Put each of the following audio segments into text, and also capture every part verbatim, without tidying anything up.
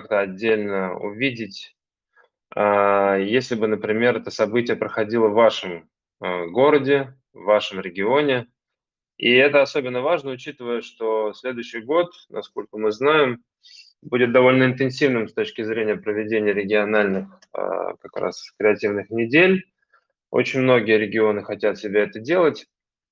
как-то отдельно увидеть, а, если бы, например, это событие проходило в вашем, а, городе, в вашем регионе. И это особенно важно, учитывая, что следующий год, насколько мы знаем, будет довольно интенсивным с точки зрения проведения региональных, а, как раз креативных недель. Очень многие регионы хотят себе это делать,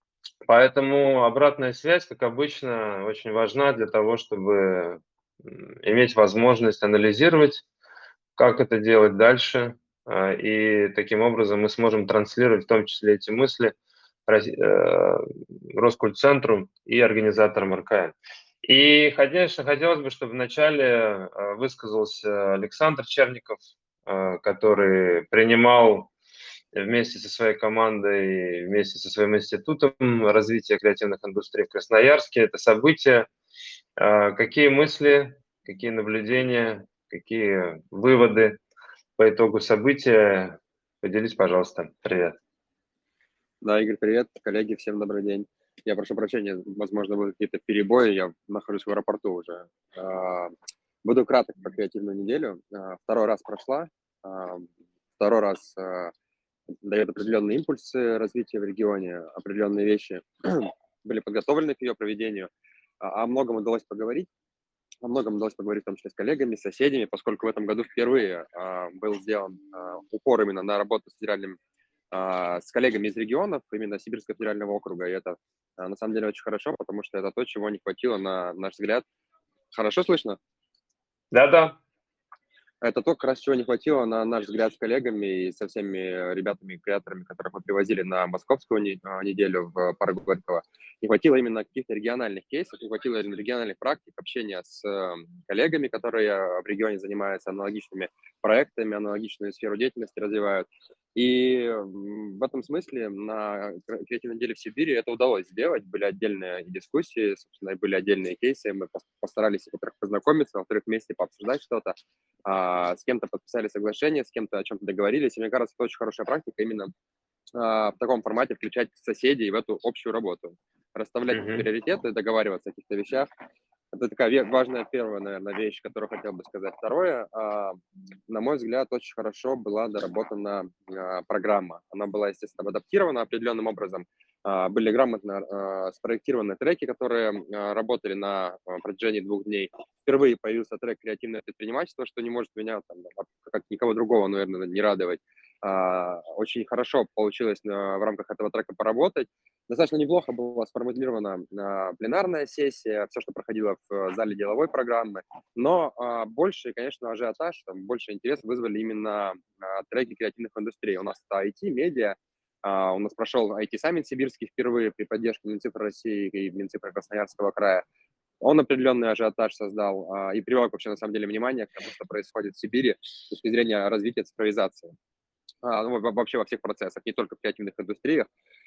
поэтому обратная связь, как обычно, очень важна для того, чтобы, м, иметь возможность анализировать, как это делать дальше. А, и таким образом мы сможем транслировать в том числе эти мысли Роси э, Роскультцентру и организаторам РКН. И, конечно, хотелось бы, чтобы вначале, э, высказался Александр Черников, э, который принимал вместе со своей командой, вместе со своим институтом развития креативных индустрий в Красноярске это событие. А, какие мысли, какие наблюдения, какие выводы по итогу события? Поделись, пожалуйста. Привет. Да, Игорь, привет. Коллеги, всем добрый день. Я прошу прощения, возможно, будут какие-то перебои, я нахожусь в аэропорту уже. А, Буду краток про креативную неделю. А, Второй раз прошла. А, Второй раз а, дает определенные импульсы развития в регионе, определенные вещи были подготовлены к ее проведению. А, О многом удалось поговорить. О многом удалось поговорить, в том числе с коллегами, с соседями, поскольку в этом году впервые а, был сделан а, упор именно на работу с федеральным а, с коллегами из регионов, именно Сибирского федерального округа. И это, а, на самом деле, очень хорошо, потому что это то, чего не хватило, на наш взгляд. Хорошо слышно? Да-да. Это то, как раз чего не хватило, на наш взгляд, с коллегами и со всеми ребятами, креаторами, которых мы привозили на московскую не- а, неделю в парк Горького. Не хватило именно каких-то региональных кейсов, не хватило именно региональных практик, общения с э, коллегами, которые в регионе занимаются аналогичными проектами, аналогичную сферу деятельности развивают. И м, в этом смысле на кре- креативной неделе в Сибири это удалось сделать. Были отдельные дискуссии, собственно, и были отдельные кейсы. Мы пос- постарались, во-первых, познакомиться, во-вторых, вместе пообсуждать что-то, а, с кем-то подписали соглашение, с кем-то о чем-то договорились. И мне кажется, это очень хорошая практика именно а, в таком формате включать соседей в эту общую работу, расставлять Мгм. приоритеты, договариваться о каких-то вещах. Это такая ве- важная первая, наверное, вещь, которую хотел бы сказать. Второе, а, на мой взгляд, очень хорошо была доработана а, программа. Она была, естественно, адаптирована определенным образом. А, Были грамотно а, спроектированы треки, которые а, работали на а, протяжении двух дней. Впервые появился трек «Креативное предпринимательство», что не может меня, там, как никого другого, наверное, не радовать. А, Очень хорошо получилось а, в рамках этого трека поработать. Достаточно неплохо была сформулирована а, пленарная сессия, все, что проходило в зале деловой программы, но а, больше, конечно, ажиотаж, там, больше интерес вызвали именно а, треки креативных индустрий. У нас это ай ти, медиа, а, у нас прошел ай ти-саммит сибирский впервые при поддержке Минцифры России и Минцифры Красноярского края. Он определенный ажиотаж создал а, и привлек вообще, на самом деле, внимание к тому, что происходит в Сибири с точки зрения развития цифровизации. А, ну, во- вообще во всех процессах, не только в креативных индустриях.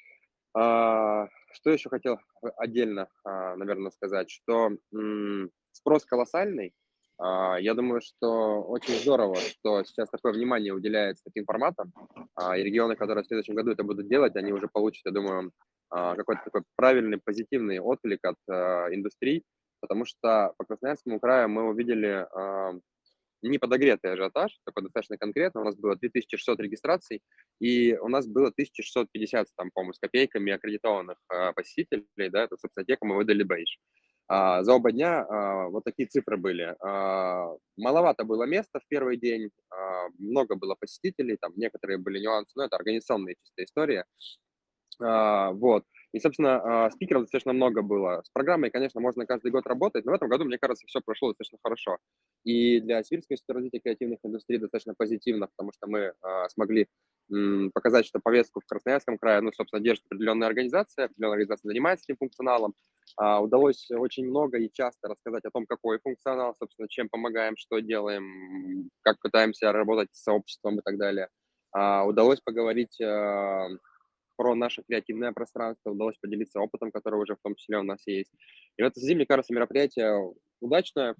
А, что еще хотел отдельно, а, наверное, сказать, что м, спрос колоссальный. А, я думаю, что очень здорово, что сейчас такое внимание уделяется таким форматам, а, и регионы, которые в следующем году это будут делать, они уже получат, я думаю, а, какой-то такой правильный, позитивный отклик от а, индустрий, потому что по Красноярскому краю мы увидели а, не подогретый ажиотаж, такой достаточно конкретно. У нас было две тысячи шестьсот регистраций, и у нас было тысяча шестьсот пятьдесят, там, по-моему, с копейками аккредитованных а, посетителей, да, это, собственно, те, кому мы выдали бейдж. А, за оба дня а, вот такие цифры были. А, маловато было места в первый день, а, много было посетителей, там некоторые были нюансы, но это организационная чистая история. А, вот. И, собственно, а, спикеров достаточно много было. С программой, конечно, можно каждый год работать, но в этом году, мне кажется, все прошло достаточно хорошо. И для Сибирского института развития креативных индустрий достаточно позитивно, потому что мы а, смогли м, показать, что повестку в Красноярском крае, ну, собственно, держит определенная организация, определенная организация занимается этим функционалом. А, удалось очень много и часто рассказать о том, какой функционал, собственно, чем помогаем, что делаем, как пытаемся работать с сообществом и так далее. А, удалось поговорить а, про наше креативное пространство, удалось поделиться опытом, который уже в том числе у нас есть. И в этой связи, мне кажется, мероприятие удачное.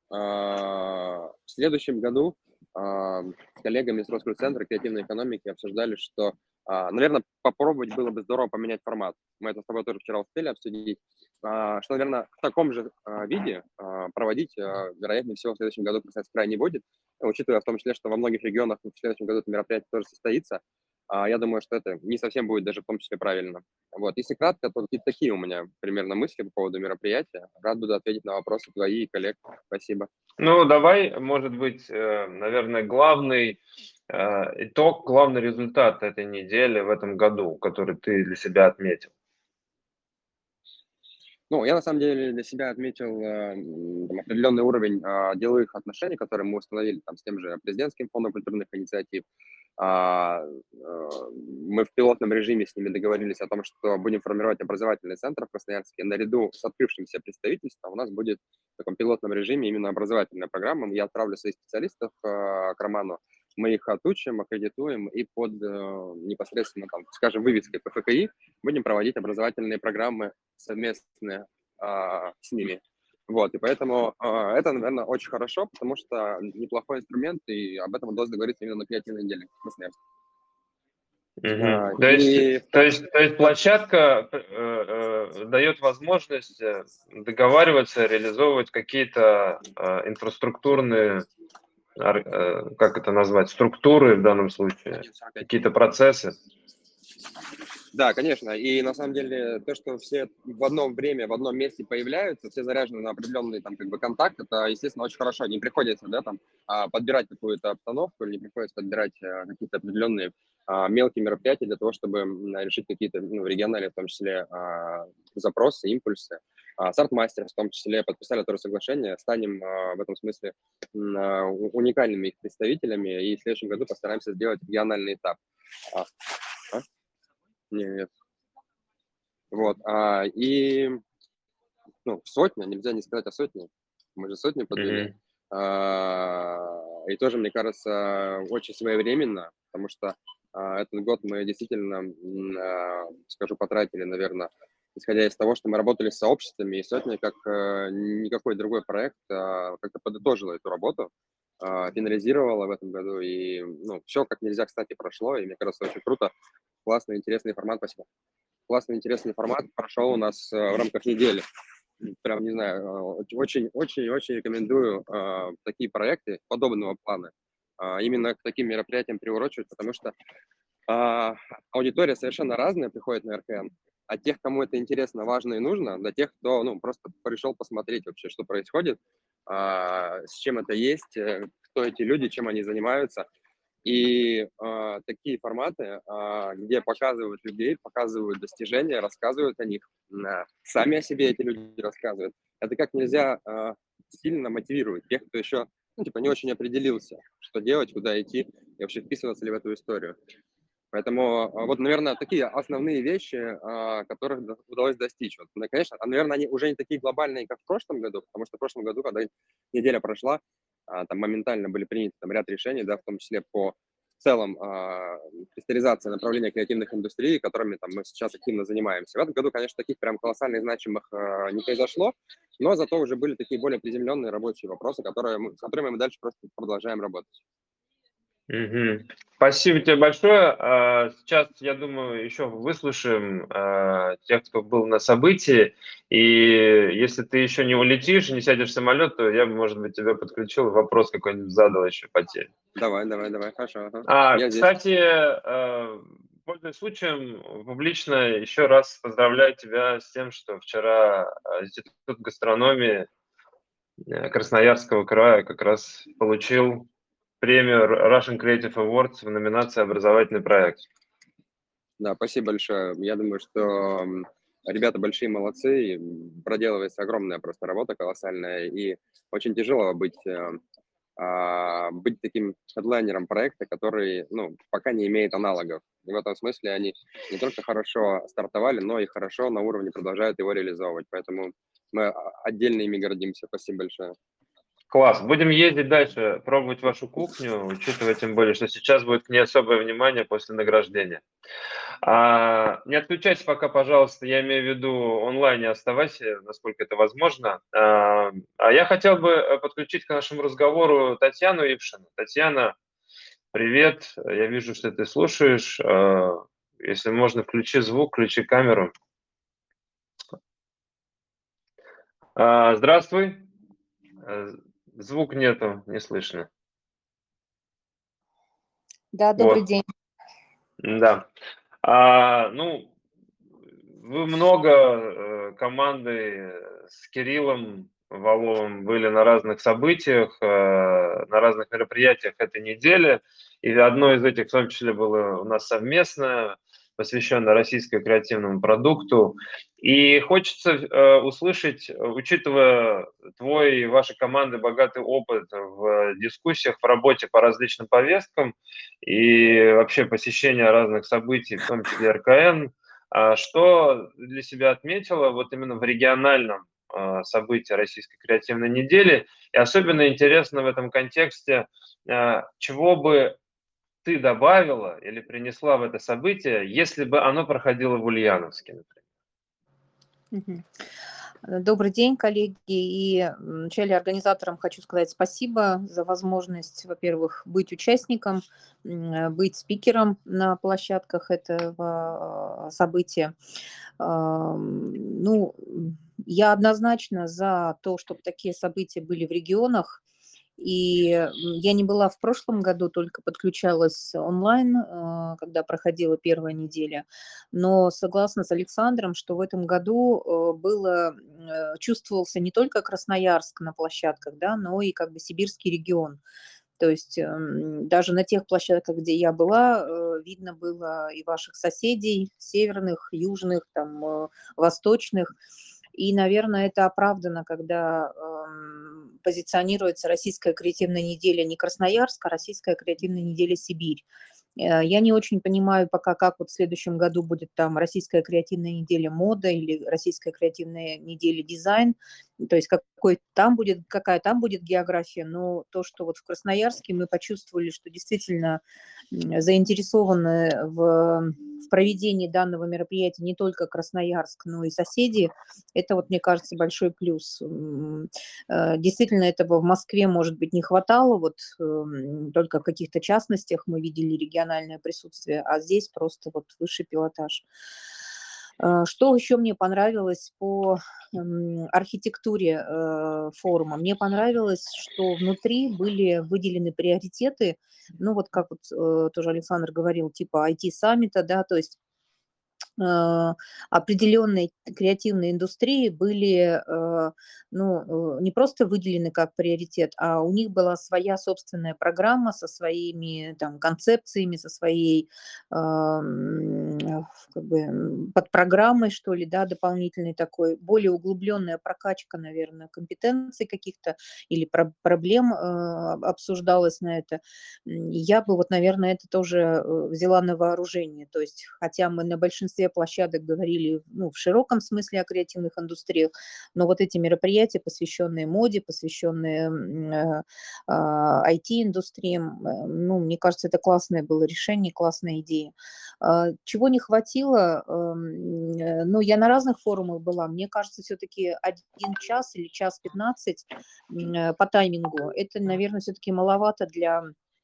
А, В следующем году а, с коллегами из Роскультцентра креативной экономики обсуждали, что А, наверно, попробовать было бы здорово поменять формат. Мы это с тобой тоже вчера успели обсудить, а, что, наверно, в таком же, а, виде, а, проводить, а, вероятнее всего, в следующем году, кстати, крайне будет. Учитывая в том числе, что во многих регионах в следующем году это мероприятие тоже состоится, а, я думаю, что это не совсем будет даже в том числе правильно. Вот. Если кратко, то какие-то такие у меня примерно мысли по поводу мероприятия. Рад буду ответить на вопросы твои и коллег. Спасибо. Ну, давай, может быть, э, наверное, главный э, итог, главный результат этой недели в этом году, который ты для себя отметил. Ну, я на самом деле для себя отметил, э, м, там определенный уровень, а, деловых отношений, которые мы установили там с тем же президентским фондом культурных инициатив. А, э, мы в пилотном режиме с ними договорились о том, что будем формировать образовательный центр в Красноярске. Наряду с открывшимся представительством у нас будет в таком пилотном режиме именно образовательная программа. Я отправлю своих специалистов, а, к Роману. Мы их отучим, аккредитуем и под, э, непосредственно там, скажем, вывеской П Ф К И будем проводить образовательные программы совместные, а, с ними. Вот, и поэтому, а, это, наверно, очень хорошо, потому что неплохой инструмент, и об этом удалось договориться именно на креативной неделе в Красноярске. Мгм. А, То есть и то вто есть то есть вто площадка, э, э, даёт возможность, э, договариваться, реализовывать какие-то, а, инфраструктурные, ар э, как это назвать, структуры в данном случае, один сорок пять. какие-то процессы. Да, конечно. И на самом деле то, что все в одно время, в одном месте появляются, все заряжены на определенный там как бы контакт, это, естественно, очень хорошо. Не приходится, да, там, а, подбирать какую-то обстановку, или не приходится подбирать, а, какие-то определенные, а, мелкие мероприятия для того, чтобы, м, решить какие-то, ну, региональные, в том числе, а, запросы, импульсы. А, с Art-Masters в том числе подписали тоже соглашение. Станем, а, в этом смысле, м, а, у уникальными их представителями, и в следующем году постараемся сделать региональный этап. А, а? Нет. Вот, а, и, ну, сотня, нельзя не сказать о сотне. Мы же сотню подвели. Мгм. А, и тоже, мне кажется, очень своевременно, потому что, а, этот год мы действительно, м, а, скажу, потратили, наверно, исходя из того, что мы работали с сообществами, и сотня, как, э, никакой другой проект, а, как-то подытожила эту работу, а, финализировала в этом году. И, ну, всё как нельзя кстати прошло, и мне кажется, очень круто. Классный, интересный формат. Спасибо. Классный, интересный формат прошел у нас, э, в рамках недели. М, прям не знаю, э, оч очень очень очень рекомендую, а, такие проекты подобного плана, а, именно к таким мероприятиям приурочивать, потому что, а, аудитория совершенно разная приходит на Р К Н. От тех, кому это интересно, важно и нужно, до тех, кто, ну, просто пришел посмотреть вообще, что происходит, а, с чем это есть, э, кто эти люди, чем они занимаются. И, а, такие форматы, а, где показывают людей, показывают достижения, рассказывают о них, м, а, сами о себе эти люди рассказывают. Это как нельзя, а, сильно мотивирует тех, кто еще, ну, типа, не очень определился, что делать, куда идти и вообще вписываться ли в эту историю. Поэтому, а, вот, наверно, такие основные вещи, а, которых д удалось достичь. Вот, ну, конечно, а, наверно, они уже не такие глобальные, как в прошлом году, потому что в прошлом году, когда неделя прошла, а, там моментально были приняты там ряд решений, да, в том числе по в целом, а, кристаллизации направления креативных индустрий, которыми там мы сейчас активно занимаемся. В этом году, конечно, таких прям колоссальных, значимых, а, не произошло, но зато уже были такие более приземленные рабочие вопросы, которые мы с которыми мы дальше просто продолжаем работать. Мгм. Спасибо тебе большое. А, сейчас, я думаю, еще выслушаем, а, тех, кто был на событии. И если ты еще не улетишь, не сядешь в самолет, то я бы, может быть, тебя подключил, вопрос какой-нибудь задал еще по теме. Давай давай давай. Хорошо, ага. А, Я здесь. кстати, а, пользуясь случаем, публично еще раз поздравляю тебя с тем, что вчера, а, Институт гастрономии, э, Красноярского края как раз получил премию Р Russian Creative Awards в номинации "Образовательный проект". Да, спасибо большое. Я думаю, что, м, ребята большие молодцы, и, м, проделывается огромная просто работа колоссальная, и очень тяжело быть, э, а, быть таким хедлайнером проекта, который, ну, пока не имеет аналогов. И в этом смысле они не только хорошо стартовали, но и хорошо на уровне продолжают его реализовывать. Поэтому мы о отдельно ими гордимся. Спасибо большое. Класс. Будем ездить дальше, пробовать вашу кухню, учитывая тем более, что сейчас будет к ней особое внимание после награждения. А, не отключайся пока, пожалуйста, я имею в виду, онлайне оставайся, насколько это возможно. А, а я хотел бы, э, подключить к нашему разговору Татьяну Ившину. Татьяна, привет! Я вижу, что ты слушаешь. А Если можно, включи звук, включи камеру. А, здравствуй. Э, звук нету, не слышно. Да, добрый Вот. день. Да. А, ну, вы много э, командой с Кириллом Валовым были на разных событиях, э, на разных мероприятиях этой недели. И одно из этих, в том числе, было у нас совместное, посвященное российскому креативному продукту. И хочется э, услышать, учитывая твой и вашей команды богатый опыт в дискуссиях, в работе по различным повесткам и вообще посещение разных событий, в том числе эр ка эн, а что для себя отметила вот именно в региональном а, событии Российской креативной недели? И особенно интересно в этом контексте, а, чего бы ты добавила или принесла в это событие, если бы оно проходило в Ульяновске, например? Мгм. Э, Добрый день, коллеги. И вначале организаторам хочу сказать спасибо за возможность, во-первых, быть участником, м, э, быть спикером на площадках этого а, события. Ам, Ну, м, я однозначно за то, чтобы такие события были в регионах. И м, я не была в прошлом году, только подключалась онлайн, э, когда проходила первая неделя. Но согласна с Александром, что в этом году э, было, э, чувствовался не только Красноярск на площадках, да, но и как бы сибирский регион. То есть эм, даже на тех площадках, где я была, э, видно было и ваших соседей, северных, южных, там, э, восточных. И, наверное, это оправдано, когда эм, позиционируется Российская креативная неделя не Красноярск, а Российская креативная неделя Сибирь. Э, Я не очень понимаю пока, как вот в следующем году будет там Российская креативная неделя мода или Российская креативная неделя дизайн. То есть какой там будет, какая там будет география. Но то, что вот в Красноярске мы почувствовали, что действительно м, заинтересованы в, в проведении данного мероприятия не только Красноярск, но и соседи, это вот, мне кажется, большой плюс. М, э, Действительно, этого в Москве, может быть, не хватало, вот эм, только в каких-то частностях мы видели региональное присутствие, а здесь просто вот высший пилотаж. Э, Что еще мне понравилось по м, архитектуре э, форума? Мне понравилось, что внутри были выделены приоритеты, ну вот как вот э, тоже Александр говорил, типа ай ти-саммита, да, то есть э, определенные креативные индустрии были, э, ну, э, не просто выделены как приоритет, а у них была своя собственная программа со своими там концепциями, со своей ам, э, как бы м, подпрограммой, что ли, да, дополнительной такой, более углубленная прокачка, наверное, компетенций каких-то или про- проблем э, обсуждалась на это. М, Я бы вот, наверное, это тоже э, взяла на вооружение. То есть, хотя мы на большинстве площадок говорили, ну, в широком смысле о креативных индустриях, но вот эти мероприятия, посвященные моде, посвященные м, э, а, ай ти-индустриям, э, ну, мне кажется, это классное было решение, классная идея. А, Чего не хватило, эм, э, ну, я на разных форумах была, мне кажется, все-таки один час или час пятнадцать м, э, по таймингу, это, наверное, все-таки маловато для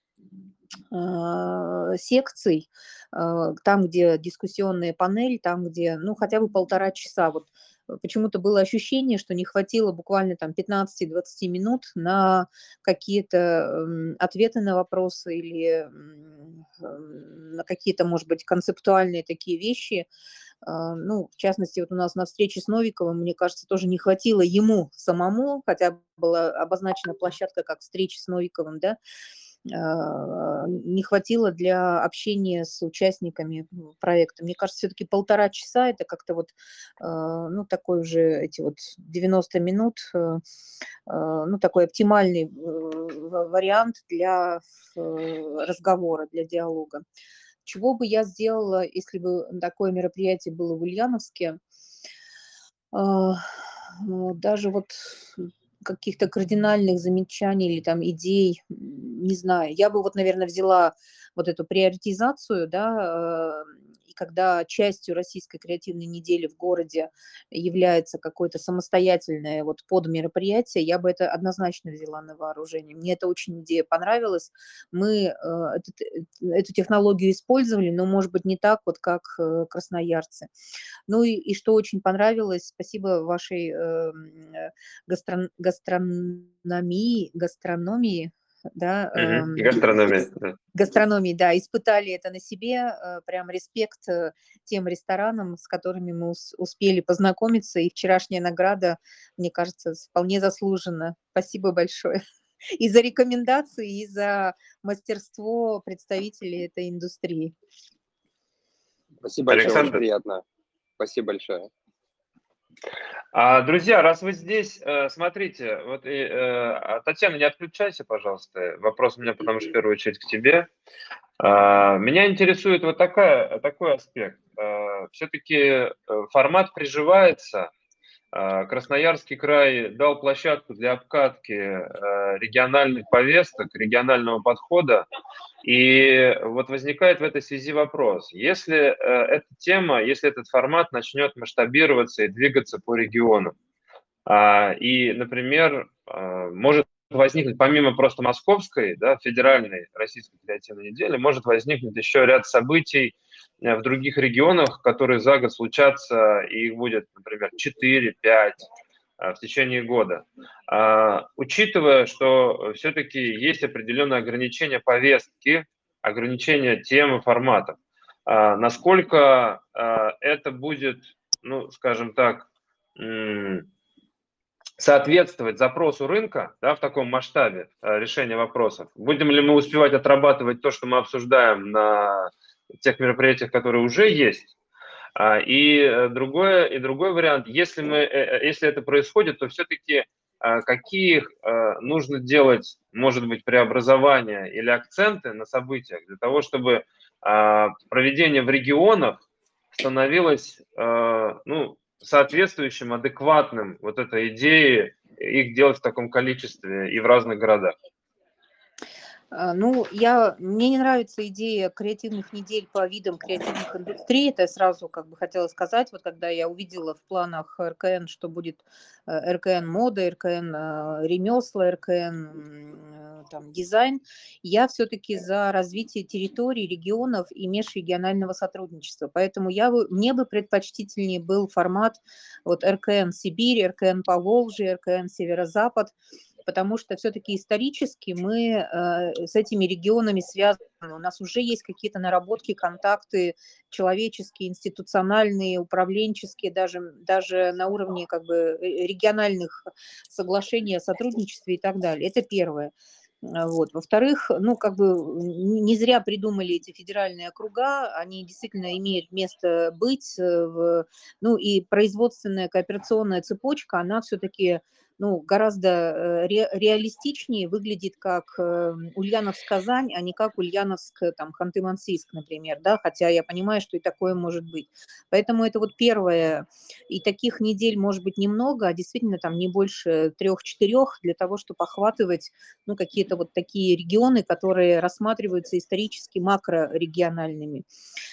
а, секций, а, там, где дискуссионная панель, там, где, ну, хотя бы полтора часа. Вот э, почему-то было ощущение, что не хватило буквально там пятнадцати-двадцати минут на какие-то м, ответы на вопросы или м, м, на какие-то, может быть, концептуальные такие вещи. А, Ну, в частности, вот у нас на встрече с Новиковым, мне кажется, тоже не хватило ему самому, хотя была обозначена площадка как встреча с Новиковым, да, а, не хватило для общения с участниками м, проекта. Мне кажется, все-таки полтора часа это как-то вот, а, ну, такой уже эти вот девяносто минут, э, а, ну, такой оптимальный э, ва- вариант для э, разговора, для диалога. Чего бы я сделала, если бы такое мероприятие было в Ульяновске? А, ну, даже вот каких-то кардинальных замечаний или там идей, м, не знаю. Я бы вот, наверное, взяла вот эту приоритизацию, да, э, и когда частью российской креативной недели в городе является какое-то самостоятельное вот подмероприятие, я бы это однозначно взяла на вооружение. Мне эта очень идея понравилась. Мы э, этот, э, эту технологию использовали, но, может быть, не так вот, как э, красноярцы. Ну и, и что очень понравилось, спасибо вашей э, м, э, гастрон- гастрономии, гастрономии, да, Мгм. эм, Гастрономия, ис- да. гастрономии, да, испытали это на себе, э, прям респект э, тем ресторанам, с которыми мы ус- успели познакомиться, и вчерашняя награда, мне кажется, вполне заслужена. Спасибо большое и за рекомендации, и за мастерство представителей этой индустрии. Спасибо большое, очень Александр, приятно. Спасибо большое. а, друзья, раз вы здесь, э, смотрите, вот, и, э, а, Татьяна, не отключайся, пожалуйста. Вопрос у меня, потому что в первую очередь к тебе. А, Меня интересует вот такая, такой аспект. Все-таки формат приживается. А, Красноярский край дал площадку для обкатки э, региональных повесток, регионального подхода. И вот возникает в этой связи вопрос. Если э, эта тема, если этот формат начнет масштабироваться и двигаться по регионам, а, и, например, а, может возникнуть, помимо просто московской, да, федеральной российской креативной недели, может возникнуть еще ряд событий э, в других регионах, которые за год случатся, и их будет, например, четыре-пять в течение года. А, Учитывая, что все-таки есть определенные ограничения повестки, ограничения темы, форматов, а, насколько а, это будет, ну, скажем так, м, соответствовать запросу рынка, да, в таком масштабе э, решения вопросов. Будем ли мы успевать отрабатывать то, что мы обсуждаем на тех мероприятиях, которые уже есть? А, И э, другое, и другой вариант, если, мы, э, э, если это происходит, то все-таки какие э, нужно делать, может быть, преобразования или акценты на событиях для того, чтобы а, проведение в регионах становилось э, ну, соответствующим, адекватным вот этой идее их делать в таком количестве и в разных городах. А, Ну, я, мне не нравится идея креативных недель по видам креативных индустрий. Это я сразу как бы хотела сказать, вот когда я увидела в планах эр ка эн, что будет э, эр ка эн мода, эр ка эн э, ремесла, эр ка эн м, э, там, дизайн, я все-таки за развитие территорий, регионов и межрегионального сотрудничества. Поэтому я бы, мне бы предпочтительнее был формат вот эр ка эн Сибирь, эр ка эн Поволжье, эр ка эн Северо-Запад, потому что все-таки исторически мы э, с этими регионами связаны. У нас уже есть какие-то наработки, контакты человеческие, институциональные, управленческие, даже, даже на уровне как бы э, региональных соглашений о сотрудничестве и так далее. Это первое. А, Вот. Во-вторых, ну, как бы не зря придумали эти федеральные округа, они действительно имеют место быть, э, в, ну, и производственная кооперационная цепочка, она все-таки ну, гораздо э, ре, реалистичнее выглядит как э, Ульяновск-Казань, а не как Ульяновск, э, там, Ханты-Мансийск, например, да, хотя я понимаю, что и такое может быть. Поэтому это вот первое, и таких недель может быть немного, а действительно там не больше трех-четырех для того, чтобы охватывать, ну, какие-то вот такие регионы, которые рассматриваются исторически макрорегиональными.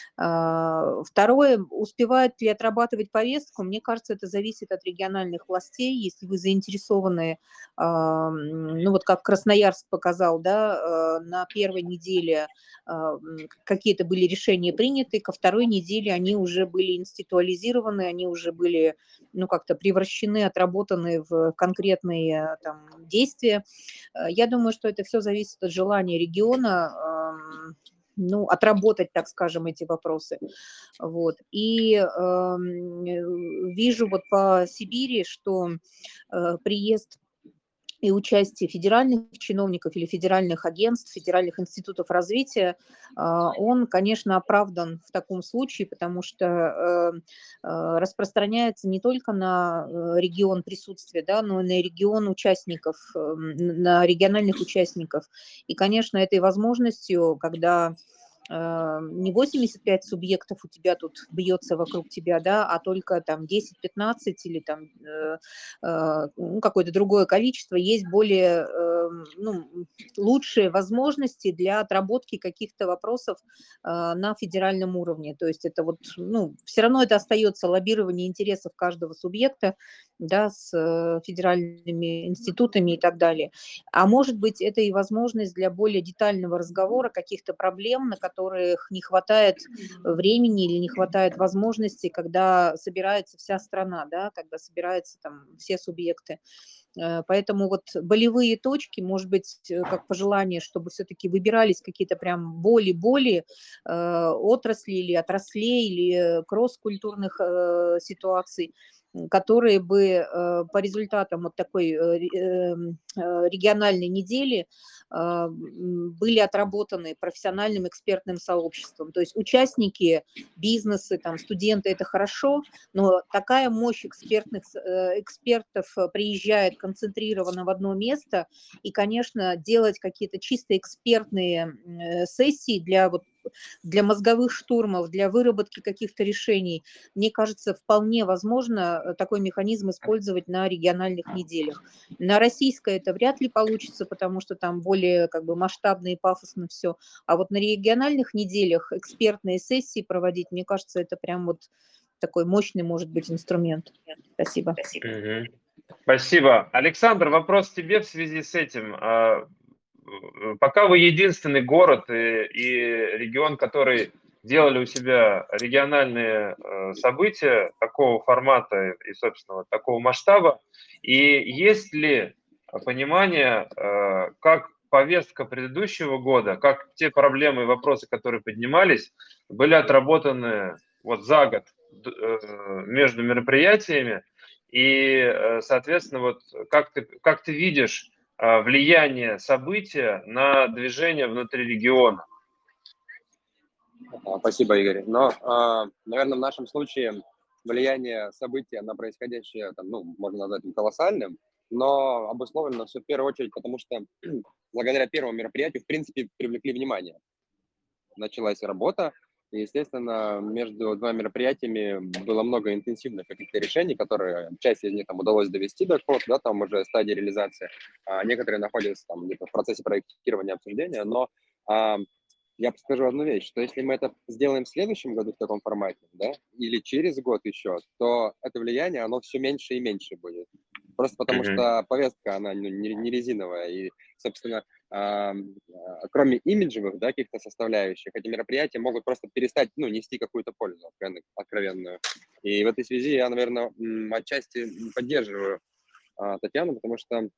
А, Второе, успевают ли отрабатывать повестку, мне кажется, это зависит от региональных властей. Если вы заинтересованы, а, м, ну вот как Красноярск показал, да, а, на первой неделе а, м, какие-то были решения приняты, ко второй неделе они уже были институализированы, они уже были, ну, как-то превращены, отработаны в конкретные там действия. Э, Я думаю, что это все зависит от желания региона, ам, ну, отработать, так скажем, эти вопросы. Вот. И эм, э, вижу вот по Сибири, что э, приезд и участие федеральных чиновников или федеральных агентств, федеральных институтов развития, а, он, конечно, оправдан в таком случае, потому что э, э, распространяется не только на э, регион присутствия, да, но и на регион участников, э, м, на региональных участников. И, конечно, этой возможностью, когда э, не восемьдесят пять субъектов у тебя тут бьется вокруг тебя, да, а только там десять-пятнадцать или там э, э, ну, какое-то другое количество, есть более э, ну, лучшие возможности для отработки каких-то вопросов э, на федеральном уровне. То есть это вот, ну, все равно это остается лоббирование интересов каждого субъекта, да, с э, федеральными институтами и так далее. А может быть, это и возможность для более детального разговора каких-то проблем, на которых не хватает времени или не хватает возможностей, когда собирается вся страна, да, когда собираются там все субъекты. Э, Поэтому вот болевые точки, может быть, э, как пожелание, чтобы все-таки выбирались какие-то прям боли-боли э, отрасли или отраслей, или кросс-культурных э, ситуаций, м, которые бы э, по результатам вот такой э, ре- эм, э, региональной недели а, м, были отработаны профессиональным экспертным сообществом. То есть участники, бизнесы, там, студенты – это хорошо, но такая мощь экспертных, с- э, экспертов э, приезжает концентрированно в одно место, и, конечно, делать какие-то чисто экспертные м, э, сессии для вот для мозговых штурмов, для выработки каких-то решений, мне кажется, вполне возможно э, такой механизм использовать на региональных неделях. На российской это вряд ли получится, потому что там более как бы масштабно и пафосно все. А вот на региональных неделях экспертные сессии проводить, мне кажется, это прям вот такой мощный может быть инструмент. Спасибо. Мгм. Спасибо. Александр, вопрос тебе в связи с этим. А, э, Пока вы единственный город и, и регион, который делали у себя региональные э, события такого формата и, собственно, вот такого масштаба, и есть ли понимание, э, как повестка предыдущего года, как те проблемы и вопросы, которые поднимались, были отработаны вот за год д- э, между мероприятиями, и, э, соответственно, вот как ты, как ты видишь э, влияние события на движение внутри региона? А, Спасибо, Игорь. Но, а, наверное, в нашем случае влияние события на происходящее, там, ну, можно назвать им колоссальным, но обусловлено все в первую очередь, потому что благодаря первому мероприятию, в принципе, привлекли внимание. Началась работа, и, естественно, между двумя мероприятиями было много интенсивных каких-то решений, которые, часть из них там удалось довести до какого-то, да, там уже стадии реализации, а некоторые находятся там где-то в процессе проектирования, обсуждения, но а, я скажу одну вещь, что если мы это сделаем в следующем году в таком формате, да, или через год еще, то это влияние, оно все меньше и меньше будет. Просто потому Мгм. что повестка, она ну, не, не резиновая, и, собственно, а, а, кроме имиджевых, да, каких-то составляющих, эти мероприятия могут просто перестать, ну, нести какую-то пользу откровенно- откровенную. И в этой связи я, наверное, м, отчасти поддерживаю а, Татьяну, потому что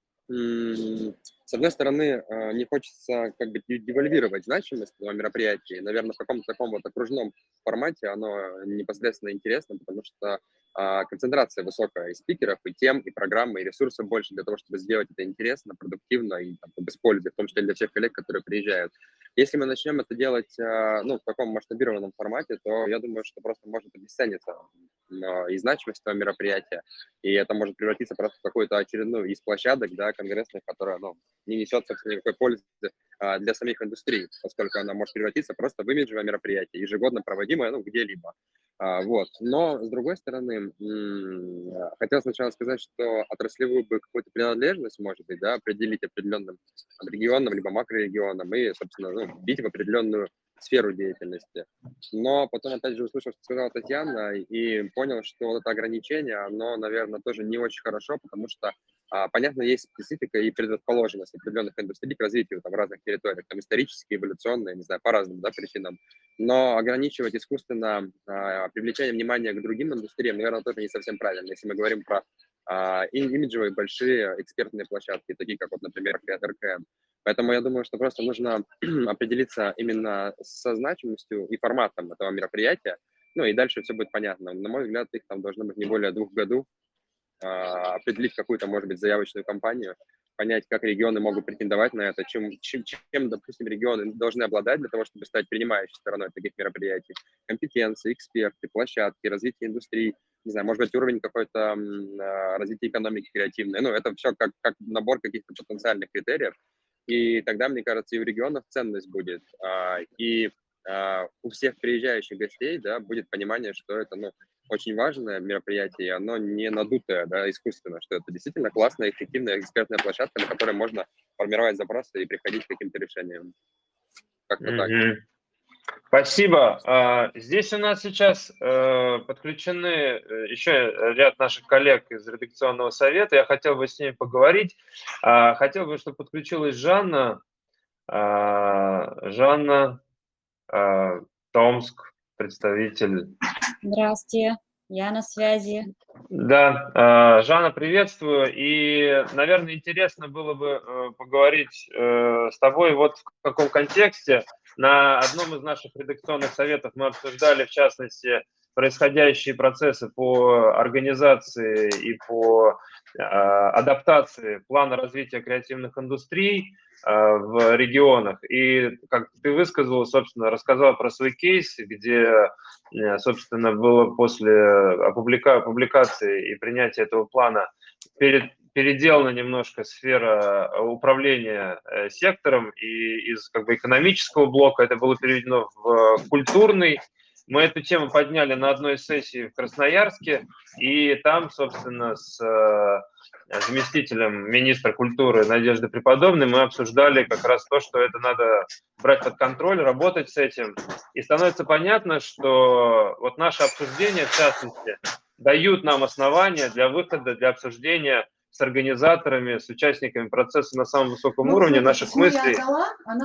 М, с одной стороны, э, не хочется как бы де- девальвировать значимость этого мероприятия. Наверное, в каком-то таком вот окружном формате оно непосредственно интересно, потому что а, концентрация высокая и спикеров, и тем, и программы, и ресурсов больше для того, чтобы сделать это интересно, продуктивно и там, как бы с пользой, в том числе для всех коллег, которые приезжают. Если мы начнем это делать а, ну, в таком масштабированном формате, то я думаю, что просто может обесцениться а, и значимость этого мероприятия, и это может превратиться просто в какую-то очередную из площадок, да, конгрессных, которая, ну, не несет, собственно, никакой пользы а, для самих индустрий, поскольку она может превратиться просто в имиджевое мероприятие, ежегодно проводимое, ну, где-либо. А, вот. Но, с другой стороны, м, хотел сначала сказать, что отраслевую бы какую-то принадлежность, может быть, да, определить определенным регионом, либо макрорегионом и, собственно, ну, бить в определенную сферу деятельности. Но потом, опять же, услышал, что сказала Татьяна, и понял, что вот это ограничение, оно, наверное, тоже не очень хорошо, потому что, а, понятно, есть специфика и предрасположенность определенных индустрий к развитию там, в разных территориях, там, исторические, эволюционные, не знаю, по разным, да, причинам. Но ограничивать искусственно а, привлечение внимания к другим индустриям, наверное, тоже не совсем правильно, если мы говорим про а, им- имиджевые большие экспертные площадки, такие как, вот, например, эр ка эн. Поэтому я думаю, что просто нужно определиться именно со значимостью и форматом этого мероприятия, ну и дальше все будет понятно. На мой взгляд, их там должно быть не более двух в году, а, определить какую-то, может быть, заявочную кампанию, понять, как регионы могут претендовать на это, чем, чем, чем, допустим, регионы должны обладать для того, чтобы стать принимающей стороной таких мероприятий. Компетенции, эксперты, площадки, развитие индустрии, не знаю, может быть, уровень какой-то м, а, развития экономики креативной. Ну, это все как, как набор каких-то потенциальных критериев. И тогда, мне кажется, и у регионов ценность будет. А, И а, у всех приезжающих гостей, да, будет понимание, что это, ну, очень важное мероприятие, и оно не надутое, да, искусственно, что это действительно классная, эффективная экспертная площадка, на которой можно формировать запросы и приходить к каким-то решениям. Как-то так. Мгм. Спасибо. А, Здесь у нас сейчас э, подключены э, еще ряд наших коллег из редакционного совета. Я хотел бы с ними поговорить. А, Хотел бы, чтобы подключилась Жанна. А, Жанна, а, Томск, представитель. Здравствуйте, я на связи. Да, а, Жанна, приветствую. И, наверное, интересно было бы э, поговорить э, с тобой вот в каком контексте. На одном из наших редакционных советов мы обсуждали, в частности, происходящие процессы по организации и по э, адаптации плана развития креативных индустрий э, в регионах. И, как ты высказал, собственно, рассказал про свой кейс, где, э, собственно, было после опублика- публикации и принятия этого плана перед переделана немножко сфера управления э, сектором, и из как бы экономического блока это было переведено в культурный. Мы эту тему подняли на одной из сессий в Красноярске, и там, собственно, с э, заместителем министра культуры Надеждой Преподобной мы обсуждали как раз то, что это надо брать под контроль, работать с этим. И становится понятно, что вот наше обсуждение, в частности, дают нам основания для выхода, для обсуждения с организаторами, с участниками процесса на самом высоком Ну, уровне смотри, наших письмо я мыслей, отдала, она...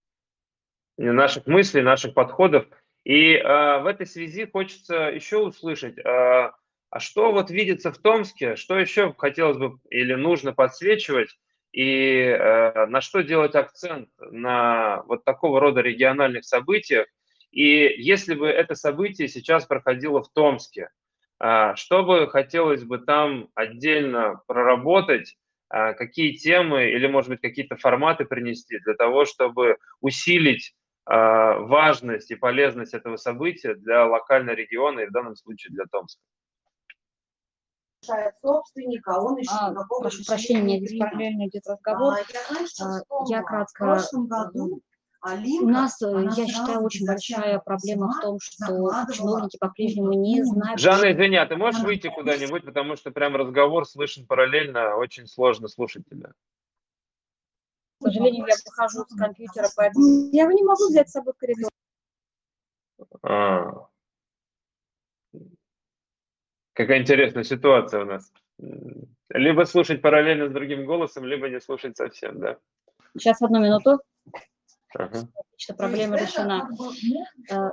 наших мыслей, наших подходов. И э, в этой связи хочется еще услышать, э, а что вот видится в Томске, что еще хотелось бы или нужно подсвечивать, и э, на что делать акцент на вот такого рода региональных событиях. И если бы это событие сейчас проходило в Томске, э, что бы хотелось бы там отдельно проработать, э, какие темы или, может быть, какие-то форматы принести для того, чтобы усилить важность и полезность этого события для локального региона и в данном случае для Томска. Собственника, он еще А, никакого прошу решения прощения, не здесь принял. параллельно идет разговор. А, я, знаешь, что А, вспомнила? я В кратко. прошлом году Алинка, У нас, она я считаю, сразу очень безо большая всякого проблема в письма том, что закладывала чиновники по-прежнему какую-то не сумму. знают. Жанна, извини, а ты можешь Она выйти куда-нибудь, потому что прям разговор слышен параллельно, очень сложно слушать тебя. К сожалению, я выхожу с компьютера, поэтому я его не могу взять с собой в коридор. А, какая интересная ситуация у нас. Либо слушать параллельно с другим голосом, либо не слушать совсем, да. Сейчас, одну минуту. Ага. Что проблема это решена. как бы, ну, Э,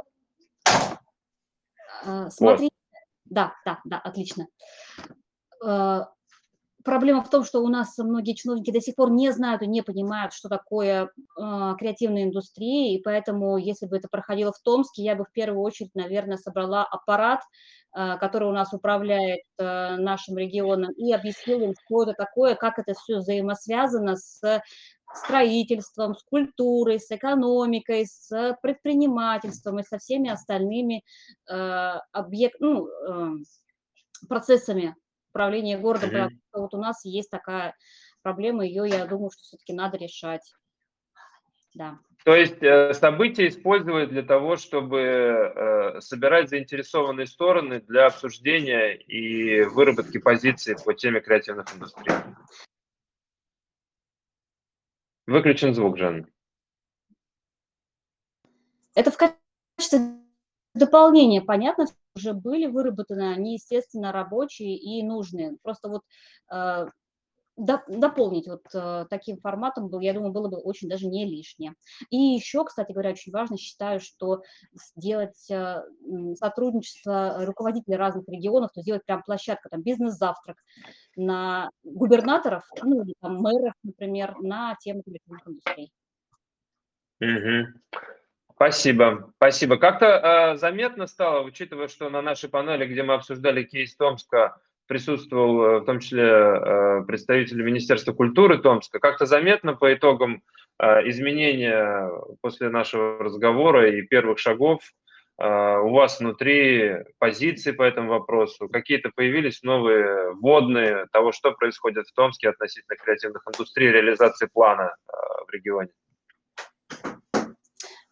э, Смотри, да, да, да, отлично. Э, Проблема в том, что у нас многие чиновники до сих пор не знают и не понимают, что такое э, креативная индустрия, и поэтому, если бы это проходило в Томске, я бы в первую очередь, наверное, собрала аппарат, э, который у нас управляет э, нашим регионом, и объяснила им, что это такое, как это все взаимосвязано с строительством, с культурой, с экономикой, с предпринимательством и со всеми остальными э, объект, ну, э, процессами управления городом, потому Мгм. что вот у нас есть такая проблема, ее, я думаю, что все-таки надо решать. Да. То есть э, события использовать для того, чтобы э, собирать заинтересованные стороны для обсуждения и выработки позиций по теме креативных индустрий. Выключен звук, Жанна. Это в качестве дополнения, понятно, уже были выработаны, они, естественно, рабочие и нужные. Просто вот э, до- дополнить вот э, таким форматом, был, я думаю, было бы очень даже не лишнее. И еще, кстати говоря, очень важно, считаю, что сделать э, м, сотрудничество руководителей разных регионов, то сделать прям площадку, там, бизнес-завтрак на губернаторов, ну, или там мэров, например, на тему креативных индустрий. Мгм. Спасибо, спасибо. Как-то э, заметно стало, учитывая, что на нашей панели, где мы обсуждали кейс Томска, присутствовал э, в том числе э, представитель Министерства культуры Томска, как-то заметно по итогам э, изменения после нашего разговора и первых шагов э, у вас внутри позиции по этому вопросу, какие-то появились новые вводные того, что происходит в Томске относительно креативных индустрий, реализации плана э, в регионе?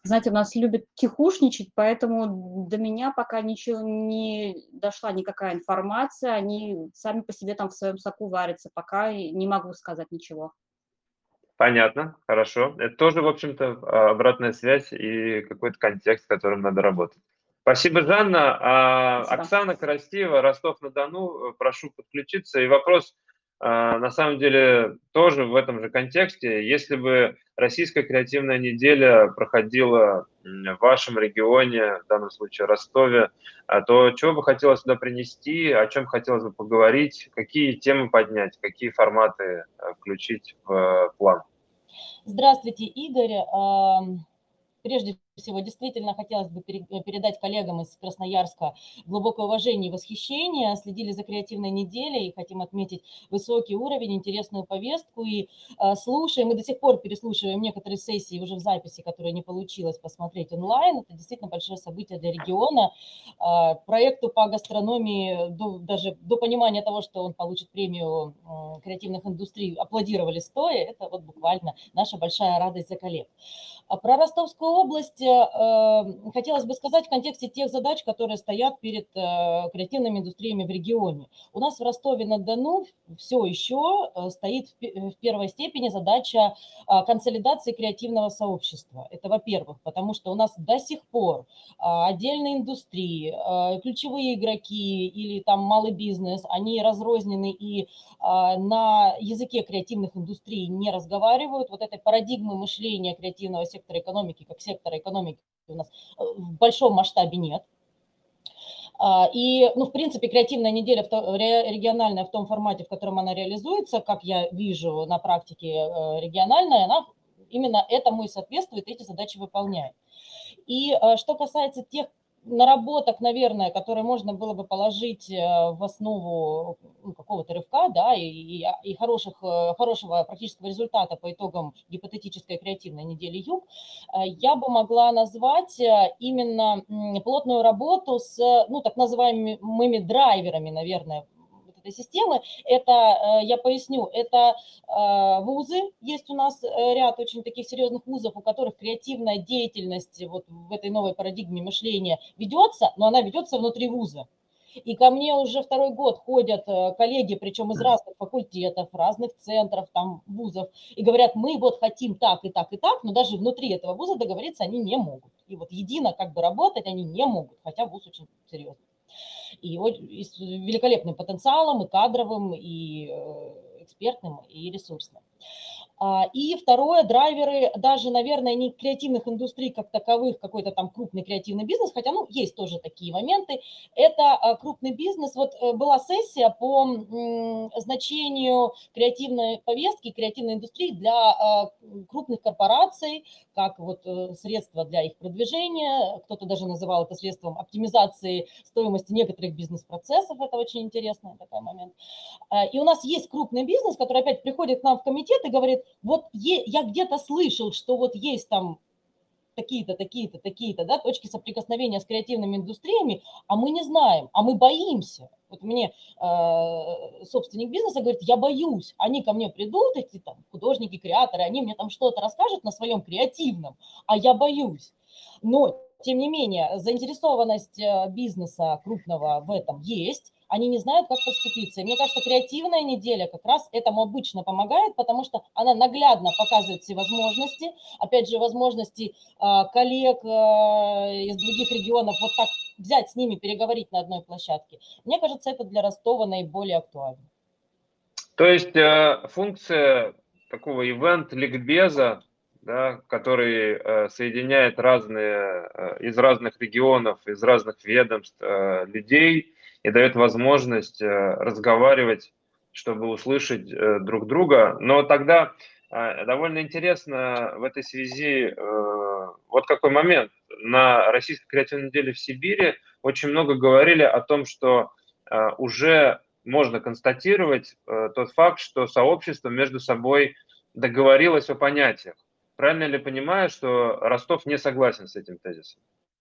Знаете, у нас любят тихушничать, поэтому до меня пока ничего не дошла никакая информация. Они сами по себе там в своем соку варятся. Пока и не могу сказать ничего. Понятно, хорошо. Это тоже, в общем-то, а, обратная связь и какой-то контекст, с которым надо работать. Спасибо, Жанна. А, Спасибо. Оксана Красива, Ростов-на-Дону, э, прошу подключиться. И вопрос, а, на самом деле, тоже в этом же контексте. Если бы Российская креативная неделя проходила м, в вашем регионе, в данном случае Ростове, а, то чего бы хотелось сюда принести, о чем хотелось бы поговорить, какие темы поднять, какие форматы э, включить в э, план? Здравствуйте, Игорь. Ам, Прежде всего, действительно хотелось бы пере- передать коллегам из Красноярска глубокое уважение и восхищение. Следили за креативной неделей и хотим отметить высокий уровень, интересную повестку. И а, слушаем, мы до сих пор переслушиваем некоторые сессии уже в записи, которые не получилось посмотреть онлайн. Это действительно большое событие для региона. А, проекту по гастрономии, до, даже до понимания того, что он получит премию м, креативных индустрий, аплодировали стоя. Это вот буквально наша большая радость за коллег. А про Ростовскую область э, э, хотелось бы сказать в контексте тех задач, которые стоят перед э, креативными индустриями в регионе. У нас в Ростове-на-Дону все еще э, стоит в, пе- в первой степени задача э, консолидации креативного сообщества. Это, во-первых, потому что у нас до сих пор э, отдельные индустрии, э, ключевые игроки или там малый бизнес, они разрознены и а, на языке креативных индустрий не разговаривают. Вот этой парадигмы мышления креативного сектора экономики, как сектора экономики у нас э, в большом масштабе нет. А, И, ну, в принципе, креативная неделя в то- ре- региональная в том формате, в котором она реализуется, как я вижу на практике э, региональная, она именно этому и соответствует, эти задачи выполняет. И э, что касается тех наработок, наверное, которые можно было бы положить э, в основу ну, какого-то рывка, да, и, и, и хороших, э, хорошего практического результата по итогам гипотетической креативной недели Юг, э, я бы могла назвать э, именно м, плотную работу с, ну, так называемыми драйверами, наверное, вот этой системы. Это, э, я поясню, это э, вузы, есть у нас э, ряд очень таких серьезных вузов, у которых креативная деятельность вот в этой новой парадигме мышления ведется, но она ведется внутри вуза. И ко мне уже второй год ходят э, коллеги, причем из разных факультетов, разных центров, там, вузов, и говорят, мы вот хотим так и так и так, но даже внутри этого вуза договориться они не могут. И вот едино как бы работать они не могут, хотя вуз очень серьезный. И, о- и с великолепным потенциалом, и кадровым, и э, экспертным, и ресурсным. А, И второе, драйверы даже, наверное, не креативных индустрий как таковых, какой-то там крупный креативный бизнес, хотя, ну, есть тоже такие моменты. Это а, крупный бизнес. Вот э, была сессия по м, значению креативной повестки, креативной индустрии для а, крупных корпораций, как вот э, средство для их продвижения. Кто-то даже называл это средством оптимизации стоимости некоторых бизнес-процессов. Это очень интересный такой момент. А, И у нас есть крупный бизнес, который опять приходит к нам в комитет и говорит, вот е- я где-то слышал, что вот есть там такие-то, такие-то, такие-то, да, точки соприкосновения с креативными индустриями, а мы не знаем, а мы боимся. Вот мне э, собственник бизнеса говорит, я боюсь, они ко мне придут, эти там художники, креаторы, они мне там что-то расскажут на своем креативном, а я боюсь. Но, тем не менее, заинтересованность э, бизнеса крупного в этом есть, они не знают, как поступиться. И мне кажется, креативная неделя как раз этому обычно помогает, потому что она наглядно показывает все возможности, опять же, возможности а, коллег а, из других регионов, вот так взять с ними, переговорить на одной площадке. Мне кажется, это для Ростова наиболее актуально. То есть э, функция такого ивент-ликбеза, да, который э, соединяет разные, э, из разных регионов, из разных ведомств э, людей и дает возможность э, разговаривать, чтобы услышать э, друг друга. Но тогда э, довольно интересно в этой связи э, вот какой момент. На Российской креативной неделе в Сибири очень много говорили о том, что э, уже можно констатировать э, тот факт, что сообщество между собой договорилось о понятиях. Правильно ли понимаю, что Ростов не согласен с этим тезисом?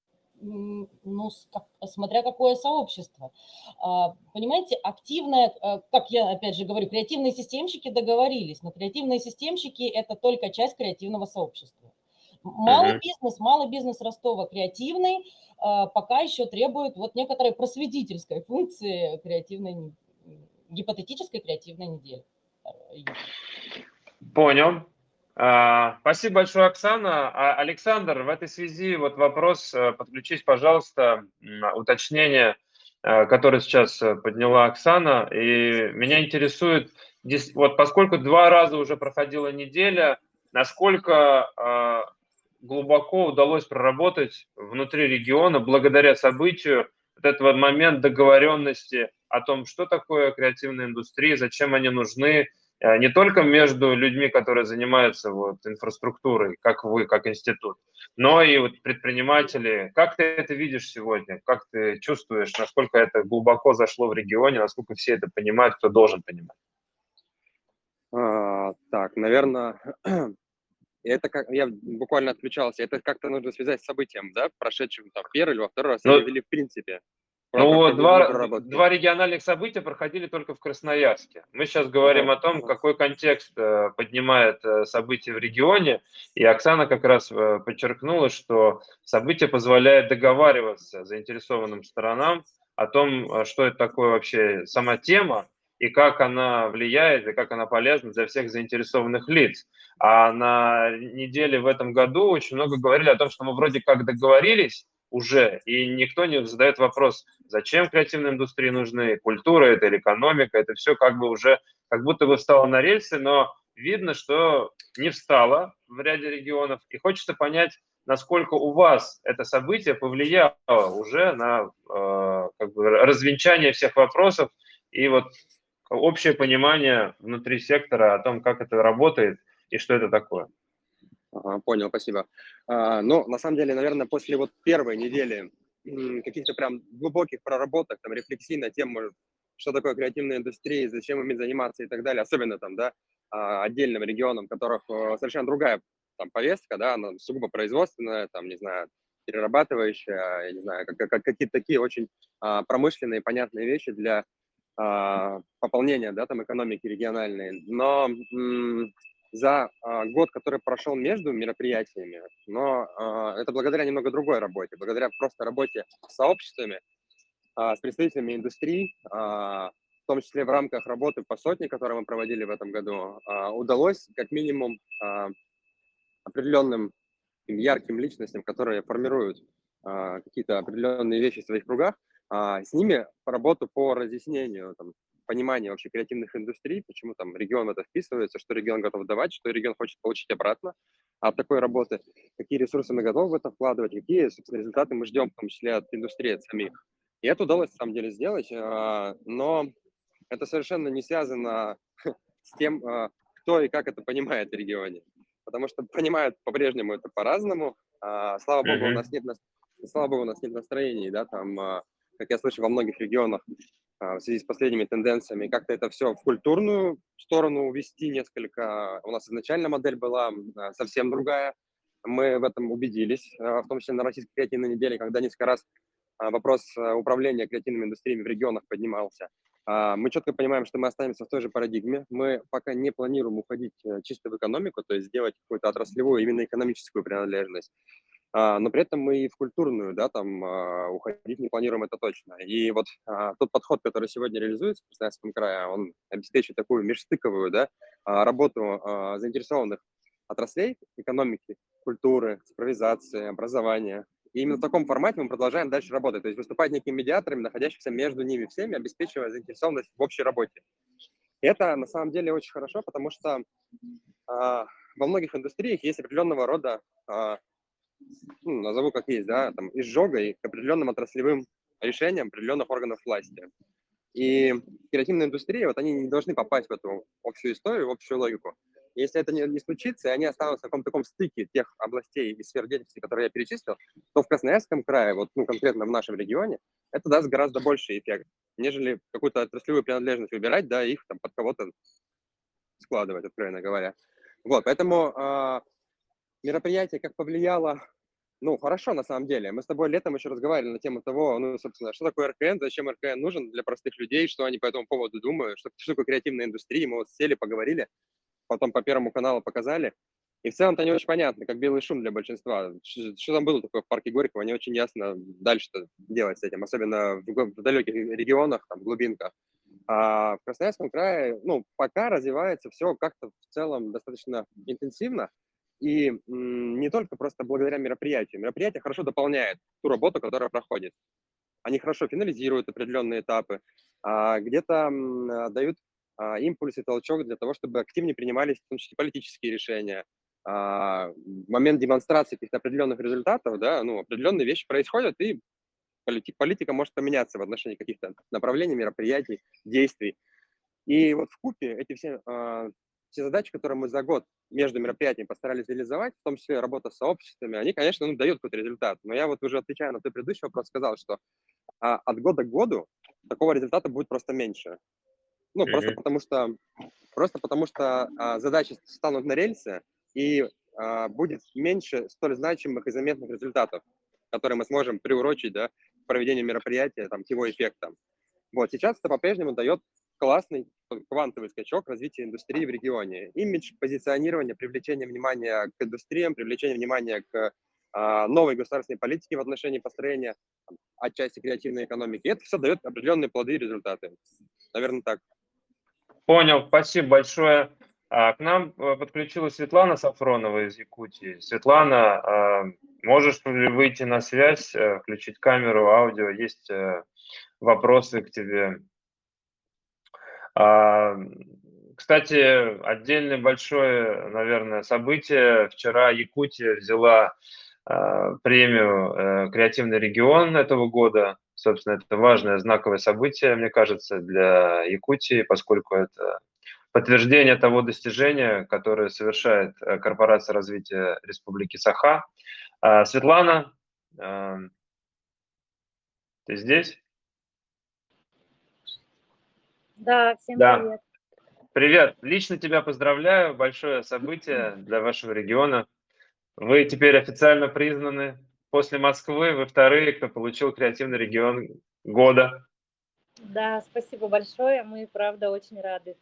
М, Ну, с- как- смотря какое сообщество. А, Понимаете, активное, э, как я опять же говорю, креативные системщики договорились, но креативные системщики – это только часть креативного сообщества. Малый Мгм. бизнес, малый бизнес Ростова креативный, а, пока еще требует вот некоторой просветительской функции креативной, не- гипотетической креативной недели. Э, Юр. Понял. А, Спасибо большое, Оксана. А, Александр, в этой связи вот вопрос, э, подключись, пожалуйста, м, уточнение, э, которое сейчас э, подняла Оксана. И меня интересует, дес- вот поскольку два раза уже проходила неделя, насколько а, глубоко удалось проработать внутри региона благодаря событию вот этот момент договоренности о том, что такое креативная индустрия, зачем они нужны, э, не только между людьми, которые занимаются вот инфраструктурой, как вы, как институт, но и вот предприниматели. Как ты это видишь сегодня? Как ты чувствуешь, насколько это глубоко зашло в регионе, насколько все это понимают, кто должен понимать? А, так, наверное, это как я буквально отключался. Это как-то нужно связать с событием, да, прошедшим там первый или во второй раз, или, Ну, или в принципе про, Ну, про, про вот глубину два, проработки. два региональных события проходили только в Красноярске. Мы сейчас говорим Ага, о том, ага. какой контекст э, поднимает э, события в регионе. И Оксана как раз э, подчеркнула, что событие позволяет договариваться заинтересованным сторонам о том, э, что это такое вообще сама тема и как она влияет, и как она полезна для всех заинтересованных лиц. А на неделе в этом году очень много говорили о том, что мы вроде как договорились уже, и никто не задает вопрос, зачем креативные индустрии нужны, культура это или экономика, это все как бы уже, как будто бы встало на рельсы, но видно, что не встало в ряде регионов, и хочется понять, насколько у вас это событие повлияло уже на э, как бы развенчание всех вопросов и вот общее понимание внутри сектора о том, как это работает и что это такое. Ага, понял, спасибо. А, ну, на самом деле, наверное, после вот первой недели м, каких-то прям глубоких проработок, там, рефлексий на тему, что такое креативная индустрия, зачем ими заниматься и так далее, особенно там, да, а, отдельным регионам, в которых э, совершенно другая там повестка, да, она сугубо производственная, там, не знаю, перерабатывающая, я не знаю, как, как- какие-то такие очень а, промышленные, понятные вещи для а, пополнения, да, там, экономики региональной. Но м, за а, год, который прошел между мероприятиями, но а, это благодаря немного другой работе, благодаря просто работе с сообществами, а, с представителями индустрии, а, в том числе в рамках работы по сотне, которую мы проводили в этом году, а, удалось как минимум а, определенным таким ярким личностям, которые формируют а, какие-то определенные вещи в своих кругах, а, с ними по работу по разъяснению, там, пониманию вообще креативных индустрий, почему там регион в это вписывается, что регион готов давать, что регион хочет получить обратно от такой работы, какие ресурсы мы готовы в это вкладывать, какие, собственно, результаты мы ждем, в том числе от индустрии, от самих. И это удалось, на самом деле, сделать, а, но это совершенно не связано с тем, а, кто и как это понимает в регионе. Потому что понимают по-прежнему это по-разному. А, слава богу, у нас Мгм. нет нас- слава богу, у нас нет настроений, да, там, а, как я слышу во многих регионах, а, в связи с последними тенденциями, как-то это все в культурную сторону увести несколько. У нас изначально модель была а, совсем другая. Мы в этом убедились, а, в том числе на Российской креативной неделе, когда несколько раз а, вопрос а, управления креативными индустриями в регионах поднимался. А, Мы четко понимаем, что мы останемся в той же парадигме. Мы пока не планируем уходить э, чисто в экономику, то есть сделать какую-то отраслевую, именно экономическую принадлежность. А, Но при этом мы и в культурную, да, там а, уходить не планируем, это точно. И вот а, тот подход, который сегодня реализуется в Красноярском крае, он обеспечивает такую межстыковую, да, а, работу а, заинтересованных отраслей экономики, культуры, цифровизации, образования. И именно в таком формате мы продолжаем дальше работать, то есть выступать некими медиаторами, находящимися между ними всеми, обеспечивая заинтересованность в общей работе. И это на самом деле очень хорошо, потому что а, во многих индустриях есть определенного рода, а, ну, назову как есть, да, там, изжога и к определенным отраслевым решениям определенных органов власти. И креативная индустрия, вот они не должны попасть в эту общую историю, в общую логику. Если это не, не случится, и они останутся в каком-то таком стыке тех областей и сфер деятельности, которые я перечислил, то в Красноярском крае, вот, ну, конкретно в нашем регионе, это даст гораздо больший эффект, нежели какую-то отраслевую принадлежность выбирать, да, их там под кого-то складывать, откровенно говоря. Вот, поэтому э, мероприятие как повлияло, ну, хорошо, на самом деле. Мы с тобой летом еще разговаривали на тему того, ну, собственно, что такое эр ка эн, зачем эр ка эн нужен для простых людей, что они по этому поводу думают, что, что такое креативная индустрия. Мы вот сели, поговорили, потом по Первому каналу показали. И в целом-то не очень понятно, как белый шум для большинства. Ш- Что там было такое в парке Горького, не очень ясно дальше делать с этим, особенно в, гл- в далеких регионах, там, в глубинках. А в Красноярском крае, ну, пока развивается все как-то в целом достаточно интенсивно. И м, не только просто благодаря мероприятию. Мероприятие хорошо дополняет ту работу, которая проходит. Они хорошо финализируют определенные этапы, а, где-то м, а, дают а, импульс и толчок для того, чтобы активнее принимались, в том числе, политические решения. А, в момент демонстрации каких-то определенных результатов, да, ну, определенные вещи происходят, и полити- политика может поменяться в отношении каких-то направлений, мероприятий, действий. И вот в купе эти все, а, все задачи, которые мы за год между мероприятиями постарались реализовать, в том числе работа с сообществами, они, конечно, ну, дают какой-то результат. Но я вот уже отвечая на твой предыдущий вопрос, сказал, что а, от года к году такого результата будет просто меньше. Ну, просто Мгм. потому что, просто потому что а, задачи станут на рельсы, и а, будет меньше столь значимых и заметных результатов, которые мы сможем приурочить, да, к проведению мероприятия, там, к его эффектам. Вот, сейчас это по-прежнему дает классный квантовый скачок развития индустрии в регионе. Имидж, позиционирование, привлечение внимания к индустриям, привлечение внимания к а, новой государственной политике в отношении построения там, отчасти креативной экономики. И это все дает определенные плоды и результаты. Наверное, так. Понял, спасибо большое. А, К нам э, подключилась Светлана Сафронова из Якутии. Светлана, а, можешь ли выйти на связь, э, включить камеру, аудио? Есть э, вопросы к тебе. А, Кстати, отдельное большое, наверное, событие. Вчера Якутия взяла а, премию э, «Креативный регион» этого года. Собственно, это важное знаковое событие, мне кажется, для Якутии, поскольку это подтверждение того достижения, которое совершает э, Корпорация развития Республики Саха. А, Светлана, а, ты здесь? Да, всем Да. привет. Привет. Лично тебя поздравляю. Большое событие для вашего региона. Вы теперь официально признаны после Москвы. Вы вторые, кто получил креативный регион года. Да, спасибо большое. Мы, правда, очень рады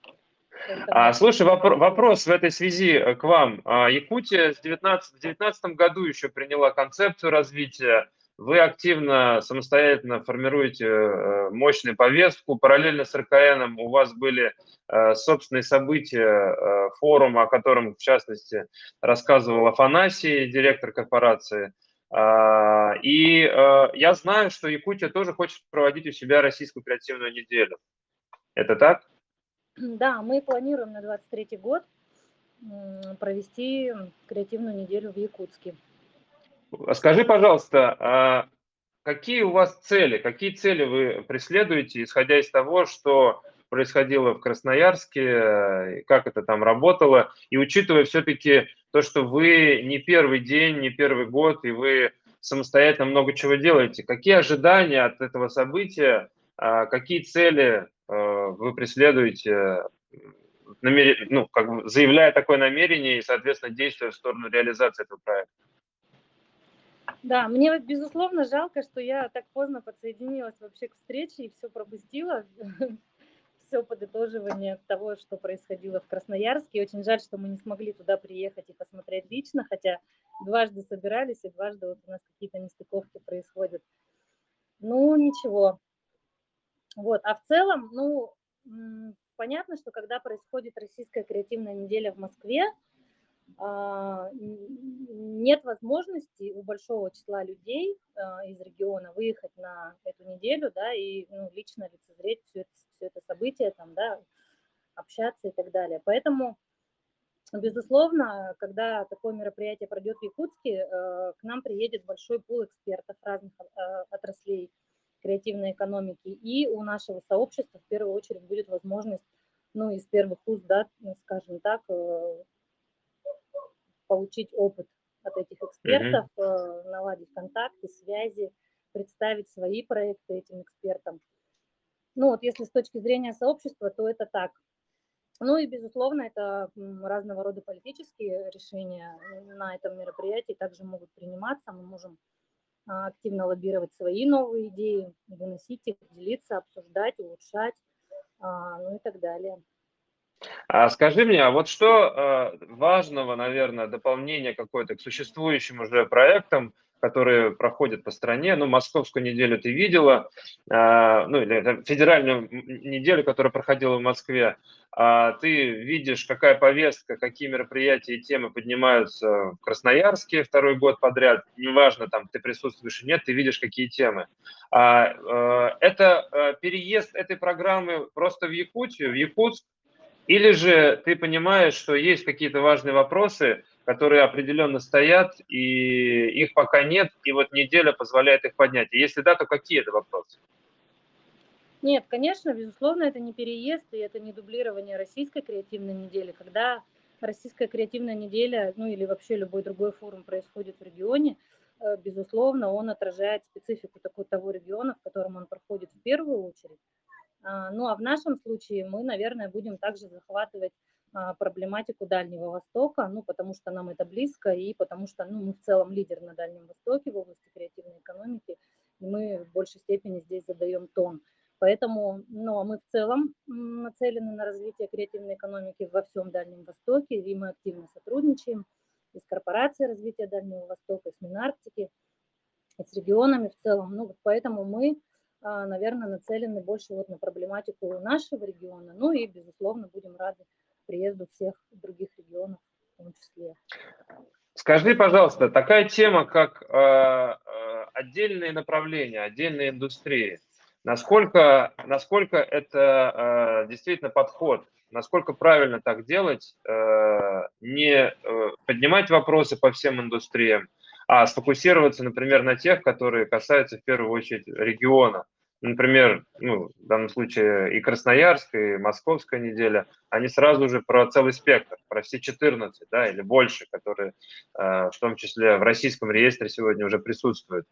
А, этому. слушай, вопро- Спасибо. вопрос в этой связи э, к вам. А, Якутия с девятнадцатом, в девятнадцатом году еще приняла концепцию развития. Вы активно, самостоятельно формируете э, мощную повестку. Параллельно с эр ка эном у вас были э, собственные события, э, форум, о котором, в частности, рассказывал Афанасий, директор корпорации. А, И э, я знаю, что Якутия тоже хочет проводить у себя российскую креативную неделю. Это так? Да, мы планируем на двадцать третий год м, провести креативную неделю в Якутске. А Скажи, пожалуйста, а какие у вас цели, какие цели вы преследуете, исходя из того, что происходило в Красноярске, э, как это там работало, и учитывая все-таки то, что вы не первый день, не первый год, и вы самостоятельно много чего делаете, какие ожидания от этого события, а, какие цели э, вы преследуете, намере- ну, как бы заявляя такое намерение и, соответственно, действуя в сторону реализации этого проекта? Да, мне, вот, безусловно, жалко, что я так поздно подсоединилась вообще к встрече и все пропустила, все подытоживание того, что происходило в Красноярске. И очень жаль, что мы не смогли туда приехать и посмотреть лично, хотя дважды собирались, и дважды вот у нас какие-то нестыковки происходят. Ну, ничего. Вот, а в целом, ну, м, понятно, что когда происходит Российская креативная неделя в Москве, а, н- нет возможности у большого числа людей а, из региона выехать на эту неделю, да, и ну, лично лицезреть все это, все это событие, там, да, общаться и так далее. Поэтому, безусловно, когда такое мероприятие пройдет в Якутске, э, к нам приедет большой пул экспертов разных э, отраслей креативной экономики, и у нашего сообщества в первую очередь будет возможность, ну, из первых уст, да, ну, скажем так, э, получить опыт от этих экспертов, Мгм. э, наладить контакты, связи, представить свои проекты этим экспертам. Ну, вот если с точки зрения сообщества, то это так. Ну и, безусловно, это м, разного рода политические решения на этом мероприятии также могут приниматься. Мы можем а, активно лоббировать свои новые идеи, выносить их, делиться, обсуждать, улучшать, а, ну и так далее. А скажи мне, а вот что э, важного, наверное, дополнение какое-то к существующим уже проектам, которые проходят по стране? Ну, Московскую неделю ты видела, а, ну, или это федеральную м, неделю, которая проходила в Москве. А ты видишь, какая повестка, какие мероприятия и темы поднимаются в Красноярске второй год подряд. Неважно, там ты присутствуешь или нет, ты видишь, какие темы. А, э, это э, переезд этой программы просто в Якутию, в Якутск, или же ты понимаешь, что есть какие-то важные вопросы, которые определенно стоят, и их пока нет, и вот неделя позволяет их поднять? И если да, то какие это вопросы? Нет, конечно, безусловно, это не переезд, и это не дублирование российской креативной недели. Когда российская креативная неделя, ну или вообще любой другой форум происходит в регионе, э, безусловно, он отражает специфику такого, того региона, в котором он проходит в первую очередь. А, Ну а в нашем случае мы, наверное, будем также захватывать а, проблематику Дальнего Востока, ну потому что нам это близко и потому что ну, мы в целом лидер на Дальнем Востоке в области креативной экономики, и мы в большей степени здесь задаем тон. Поэтому ну, а мы в целом м, нацелены на развитие креативной экономики во всем Дальнем Востоке, и мы активно сотрудничаем и с корпорацией развития Дальнего Востока, и с Минарктики, и с регионами в целом. Ну, вот поэтому мы, а, наверное, нацелены больше вот на проблематику нашего региона. Ну и, безусловно, будем рады приезду всех других регионов в том числе. Скажи, пожалуйста, такая тема, как э, э, отдельные направления, отдельные индустрии, насколько, насколько это э, действительно подход, насколько правильно так делать, э, не э, поднимать вопросы по всем индустриям, а сфокусироваться, например, на тех, которые касаются в первую очередь региона. Например, ну, в данном случае и Красноярск, и Московская неделя, они сразу же про целый спектр, про все четырнадцать, да, или больше, которые в том числе в российском реестре сегодня уже присутствует.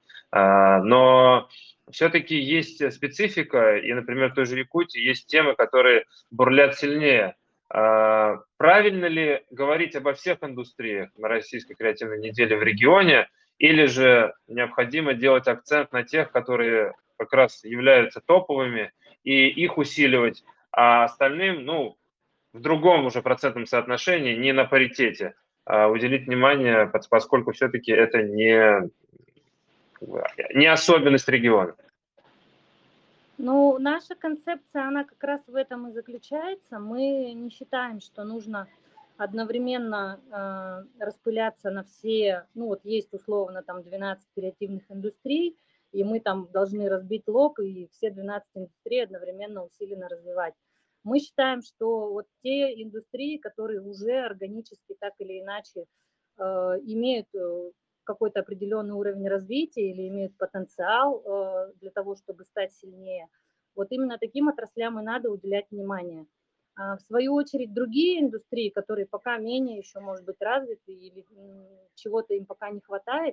Но все-таки есть специфика, и, например, в той же Якутии есть темы, которые бурлят сильнее. Правильно ли говорить обо всех индустриях на российской креативной неделе в регионе, или же необходимо делать акцент на тех, которые как раз являются топовыми, и их усиливать, а остальным, ну, в другом уже процентном соотношении, не на паритете, а уделить внимание, поскольку все-таки это не, не особенность региона. Ну, наша концепция, она как раз в этом и заключается. Мы не считаем, что нужно одновременно э, распыляться на все, ну вот есть условно там двенадцать креативных индустрий, и мы там должны разбить лог и все двенадцать индустрий одновременно усиленно развивать. Мы считаем, что вот те индустрии, которые уже органически так или иначе э, имеют э, какой-то определенный уровень развития или имеют потенциал э, для того, чтобы стать сильнее, вот именно таким отраслям и надо уделять внимание. А в свою очередь другие индустрии, которые пока менее еще, может быть, развиты или чего-то им пока не хватает,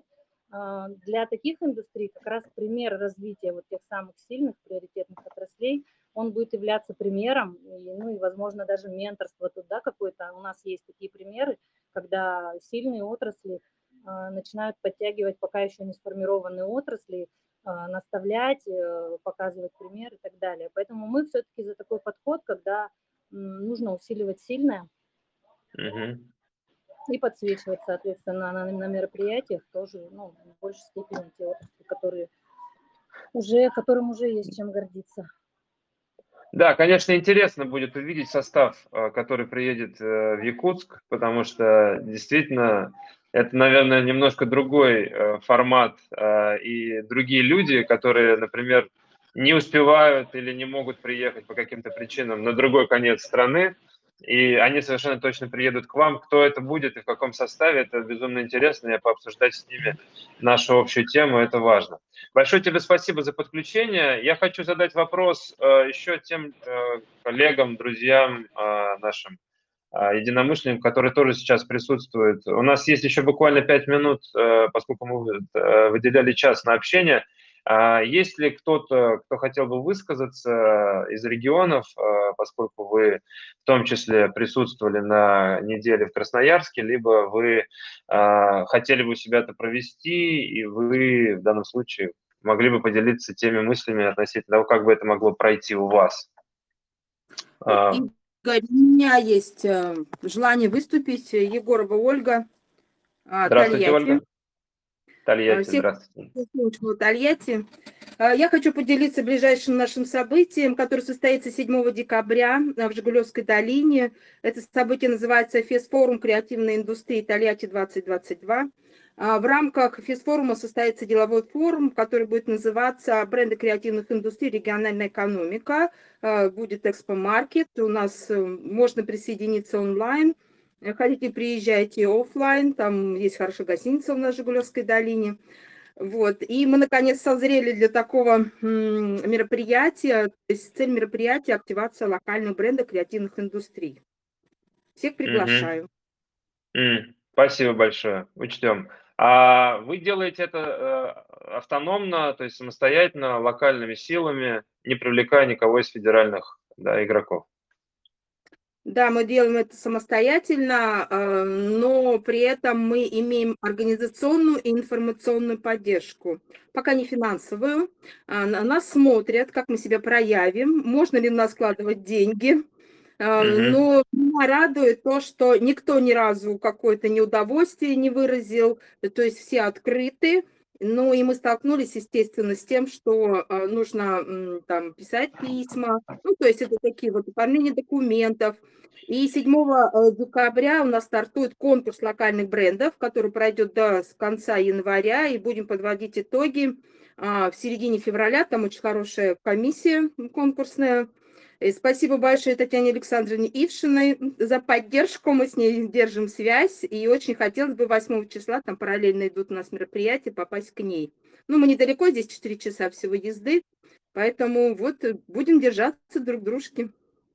для таких индустрий как раз пример развития вот тех самых сильных приоритетных отраслей, он будет являться примером, и, ну и, возможно, даже менторство туда какое-то. У нас есть такие примеры, когда сильные отрасли начинают подтягивать пока еще не сформированные отрасли, наставлять, показывать пример и так далее. Поэтому мы все-таки за такой подход, когда нужно усиливать сильное Угу. и подсвечивать, соответственно, на, на мероприятиях тоже, ну, в большей степени те отрасли, которые уже, которым уже есть чем гордиться. Да, конечно, интересно будет увидеть состав, который приедет в Якутск, потому что действительно это, наверное, немножко другой формат и другие люди, которые, например, не успевают или не могут приехать по каким-то причинам на другой конец страны, и они совершенно точно приедут к вам. Кто это будет и в каком составе, это безумно интересно, и пообсуждать с ними нашу общую тему, это важно. Большое тебе спасибо за подключение. Я хочу задать вопрос э, еще тем э, коллегам, друзьям э, нашим, э, единомышленникам, которые тоже сейчас присутствуют. У нас есть еще буквально пять минут, э, поскольку мы э, выделяли час на общение. А есть ли кто-то, кто хотел бы высказаться из регионов, э, поскольку вы в том числе присутствовали на неделе в Красноярске, либо вы э, хотели бы себя это провести, и вы в данном случае могли бы поделиться теми мыслями относительно того, как бы это могло пройти у вас? И Игорь, у меня есть э, желание выступить. Егорова Ольга, а, Здравствуйте, Тольятти. Ольга. А, Тольятти, Всех здравствуйте. солнечного Тольятти. А, Я хочу поделиться ближайшим нашим событием, которое состоится седьмого декабря а, в Жигулевской долине. Это событие называется «Фестфорум креативной индустрии Тольятти двадцать двадцать два». А, В рамках фестфорума состоится деловой форум, который будет называться «Бренды креативных индустрий. Региональная экономика». А, Будет экспо-маркет. У нас э, можно присоединиться онлайн. Э, Хотите, приезжайте оффлайн. Там есть хорошая гостиница у нас в Жигулевской долине. Вот. И мы, наконец, созрели для такого м, мероприятия. То есть цель мероприятия – активация локальных брендов креативных индустрий. Всех Мгм. приглашаю. М, Спасибо большое, учтем. А вы делаете это э, автономно, то есть самостоятельно, локальными силами, не привлекая никого из федеральных, да, игроков? Да, мы делаем это самостоятельно, э, но при этом мы имеем организационную и информационную поддержку. Пока не финансовую. А, На нас смотрят, как мы себя проявим, можно ли у нас складывать деньги. А, Мгм. Но меня радует то, что никто ни разу какое-то неудовольствие не выразил, то есть все открыты. Ну и мы столкнулись, естественно, с тем, что а, нужно м, там писать письма, ну то есть это такие вот оформление документов. И седьмого э, декабря у нас стартует конкурс локальных брендов, который пройдет до с конца января, и будем подводить итоги а, в середине февраля. Там очень хорошая комиссия конкурсная. И спасибо большое Татьяне Александровне Ившиной за поддержку. Мы с ней держим связь. И очень хотелось бы восьмого числа, там параллельно идут у нас мероприятия, попасть к ней. Ну, мы недалеко, здесь четыре часа всего езды. Поэтому вот э, будем держаться друг дружки.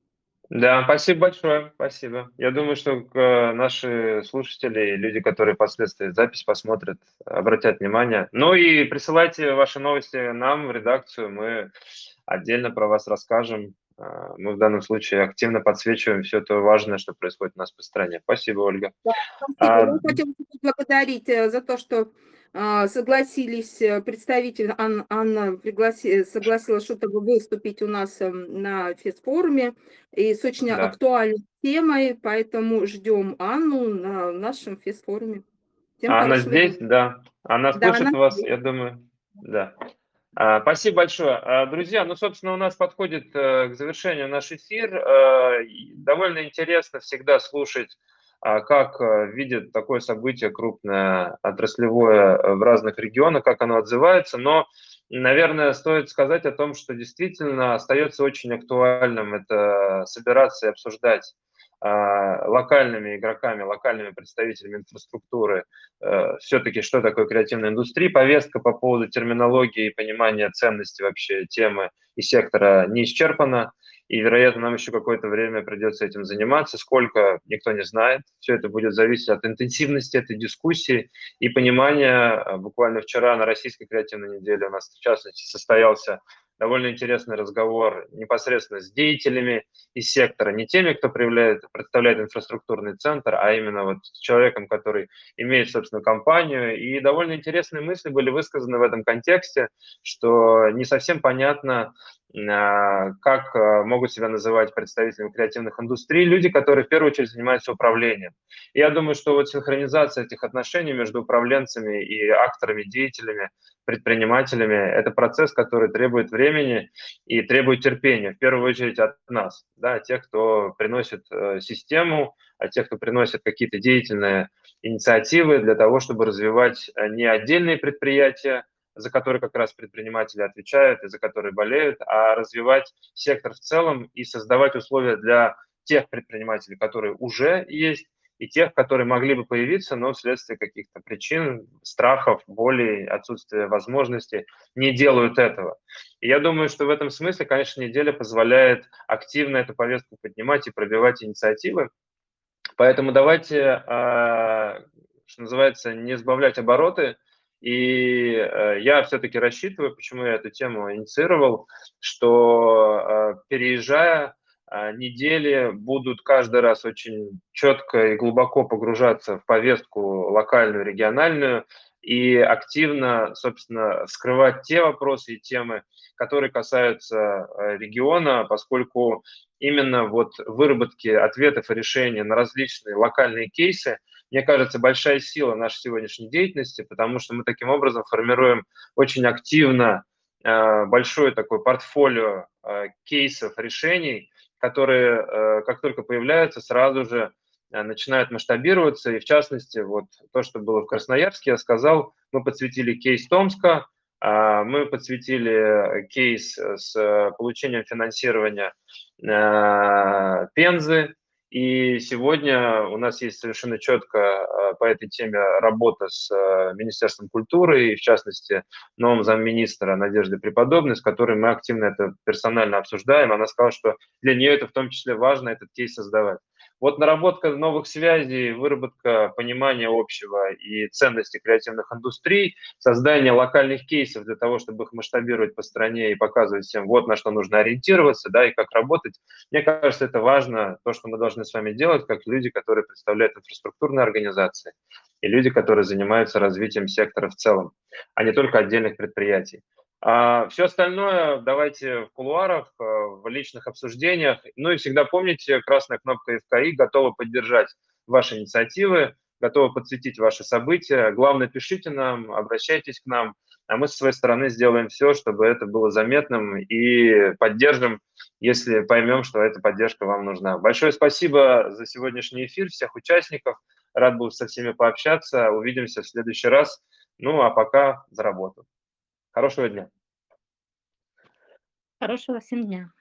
Да, спасибо большое, спасибо. Я думаю, что э, наши слушатели, люди, которые впоследствии запись посмотрят, обратят внимание. Ну и присылайте ваши новости нам в редакцию, мы отдельно про вас расскажем. А, Мы в данном случае активно подсвечиваем все то важное, что происходит у нас по стране. Спасибо, Ольга. Да, спасибо. А, Я хотела поблагодарить э, за то, что а, согласились э, представитель Ан- Анна пригласи- согласилась, чтобы выступить у нас эм, на фестфоруме и с очень да. актуальной темой, поэтому ждем Анну на нашем фестфоруме. Всем А она хорошего дня. здесь, да. Она Да, слышит она вас, здесь. я думаю, да. А, Спасибо большое. А, Друзья, ну, собственно, у нас подходит э, к завершению наш эфир. Э, и Довольно интересно всегда слушать, а, как э, видят такое событие крупное, отраслевое э, в разных регионах, как оно отзывается. Но, наверное, стоит сказать о том, что действительно остается очень актуальным это собираться и обсуждать а, локальными игроками, локальными представителями инфраструктуры э, все-таки, что такое креативная индустрия. Повестка по поводу терминологии и понимания ценности вообще темы и сектора не исчерпана, и, вероятно, нам еще какое-то время придется этим заниматься. Сколько, никто не знает. Все это будет зависеть от интенсивности этой дискуссии и понимания. Э, Буквально вчера на Российской креативной неделе у нас, в частности, состоялся довольно интересный разговор непосредственно с деятелями из сектора, не теми, кто проявляет, представляет инфраструктурный центр, а именно вот с человеком, который имеет собственную компанию. И довольно интересные мысли были высказаны в этом контексте, что не совсем понятно, а, как а, могут себя называть представителями креативных индустрий люди, которые в первую очередь занимаются управлением. И я думаю, что вот синхронизация этих отношений между управленцами и акторами, деятелями, предпринимателями – это процесс, который требует времени и требует терпения, в первую очередь от нас, да, тех, кто приносит э, систему, от тех, кто приносит какие-то деятельные инициативы для того, чтобы развивать э, не отдельные предприятия, за которые как раз предприниматели отвечают и за которые болеют, а развивать сектор в целом и создавать условия для тех предпринимателей, которые уже есть, и тех, которые могли бы появиться, но вследствие каких-то причин, страхов, болей, отсутствия возможностей не делают этого. И я думаю, что в этом смысле, конечно, неделя позволяет активно эту повестку поднимать и пробивать инициативы. Поэтому давайте, а, что называется, не сбавлять обороты. И э, я все-таки рассчитываю, почему я эту тему инициировал, что э, переезжая, а, недели будут каждый раз очень четко и глубоко погружаться в повестку локальную, региональную, и активно, собственно, вскрывать те вопросы и темы, которые касаются региона, поскольку именно вот выработки ответов и решений на различные локальные кейсы, мне кажется, большая сила нашей сегодняшней деятельности, потому что мы таким образом формируем очень активно большое такое портфолио кейсов, решений, которые, как только появляются, сразу же начинают масштабироваться. И в частности, вот то, что было в Красноярске, я сказал, мы подсветили кейс Томска, мы подсветили кейс с получением финансирования Пензы. И сегодня у нас есть совершенно четко по этой теме работа с Министерством культуры и, в частности, новым замминистра Надеждой Преподобной, с которой мы активно это персонально обсуждаем. Она сказала, что для нее это в том числе важно, этот кейс создавать. Вот наработка новых связей, выработка понимания общего и ценности креативных индустрий, создание локальных кейсов для того, чтобы их масштабировать по стране и показывать всем, вот на что нужно ориентироваться, да, и как работать. Мне кажется, это важно, то, что мы должны с вами делать, как люди, которые представляют инфраструктурные организации, и люди, которые занимаются развитием сектора в целом, а не только отдельных предприятий. А все остальное давайте в кулуарах, в личных обсуждениях. Ну и всегда помните, красная кнопка эф ка и готова поддержать ваши инициативы, готова подсветить ваши события. Главное, пишите нам, обращайтесь к нам, а мы со своей стороны сделаем все, чтобы это было заметным и поддержим, если поймем, что эта поддержка вам нужна. Большое спасибо за сегодняшний эфир, всех участников. Рад был со всеми пообщаться. Увидимся в следующий раз. Ну, а пока за работу. Хорошего дня. Хорошего всем дня.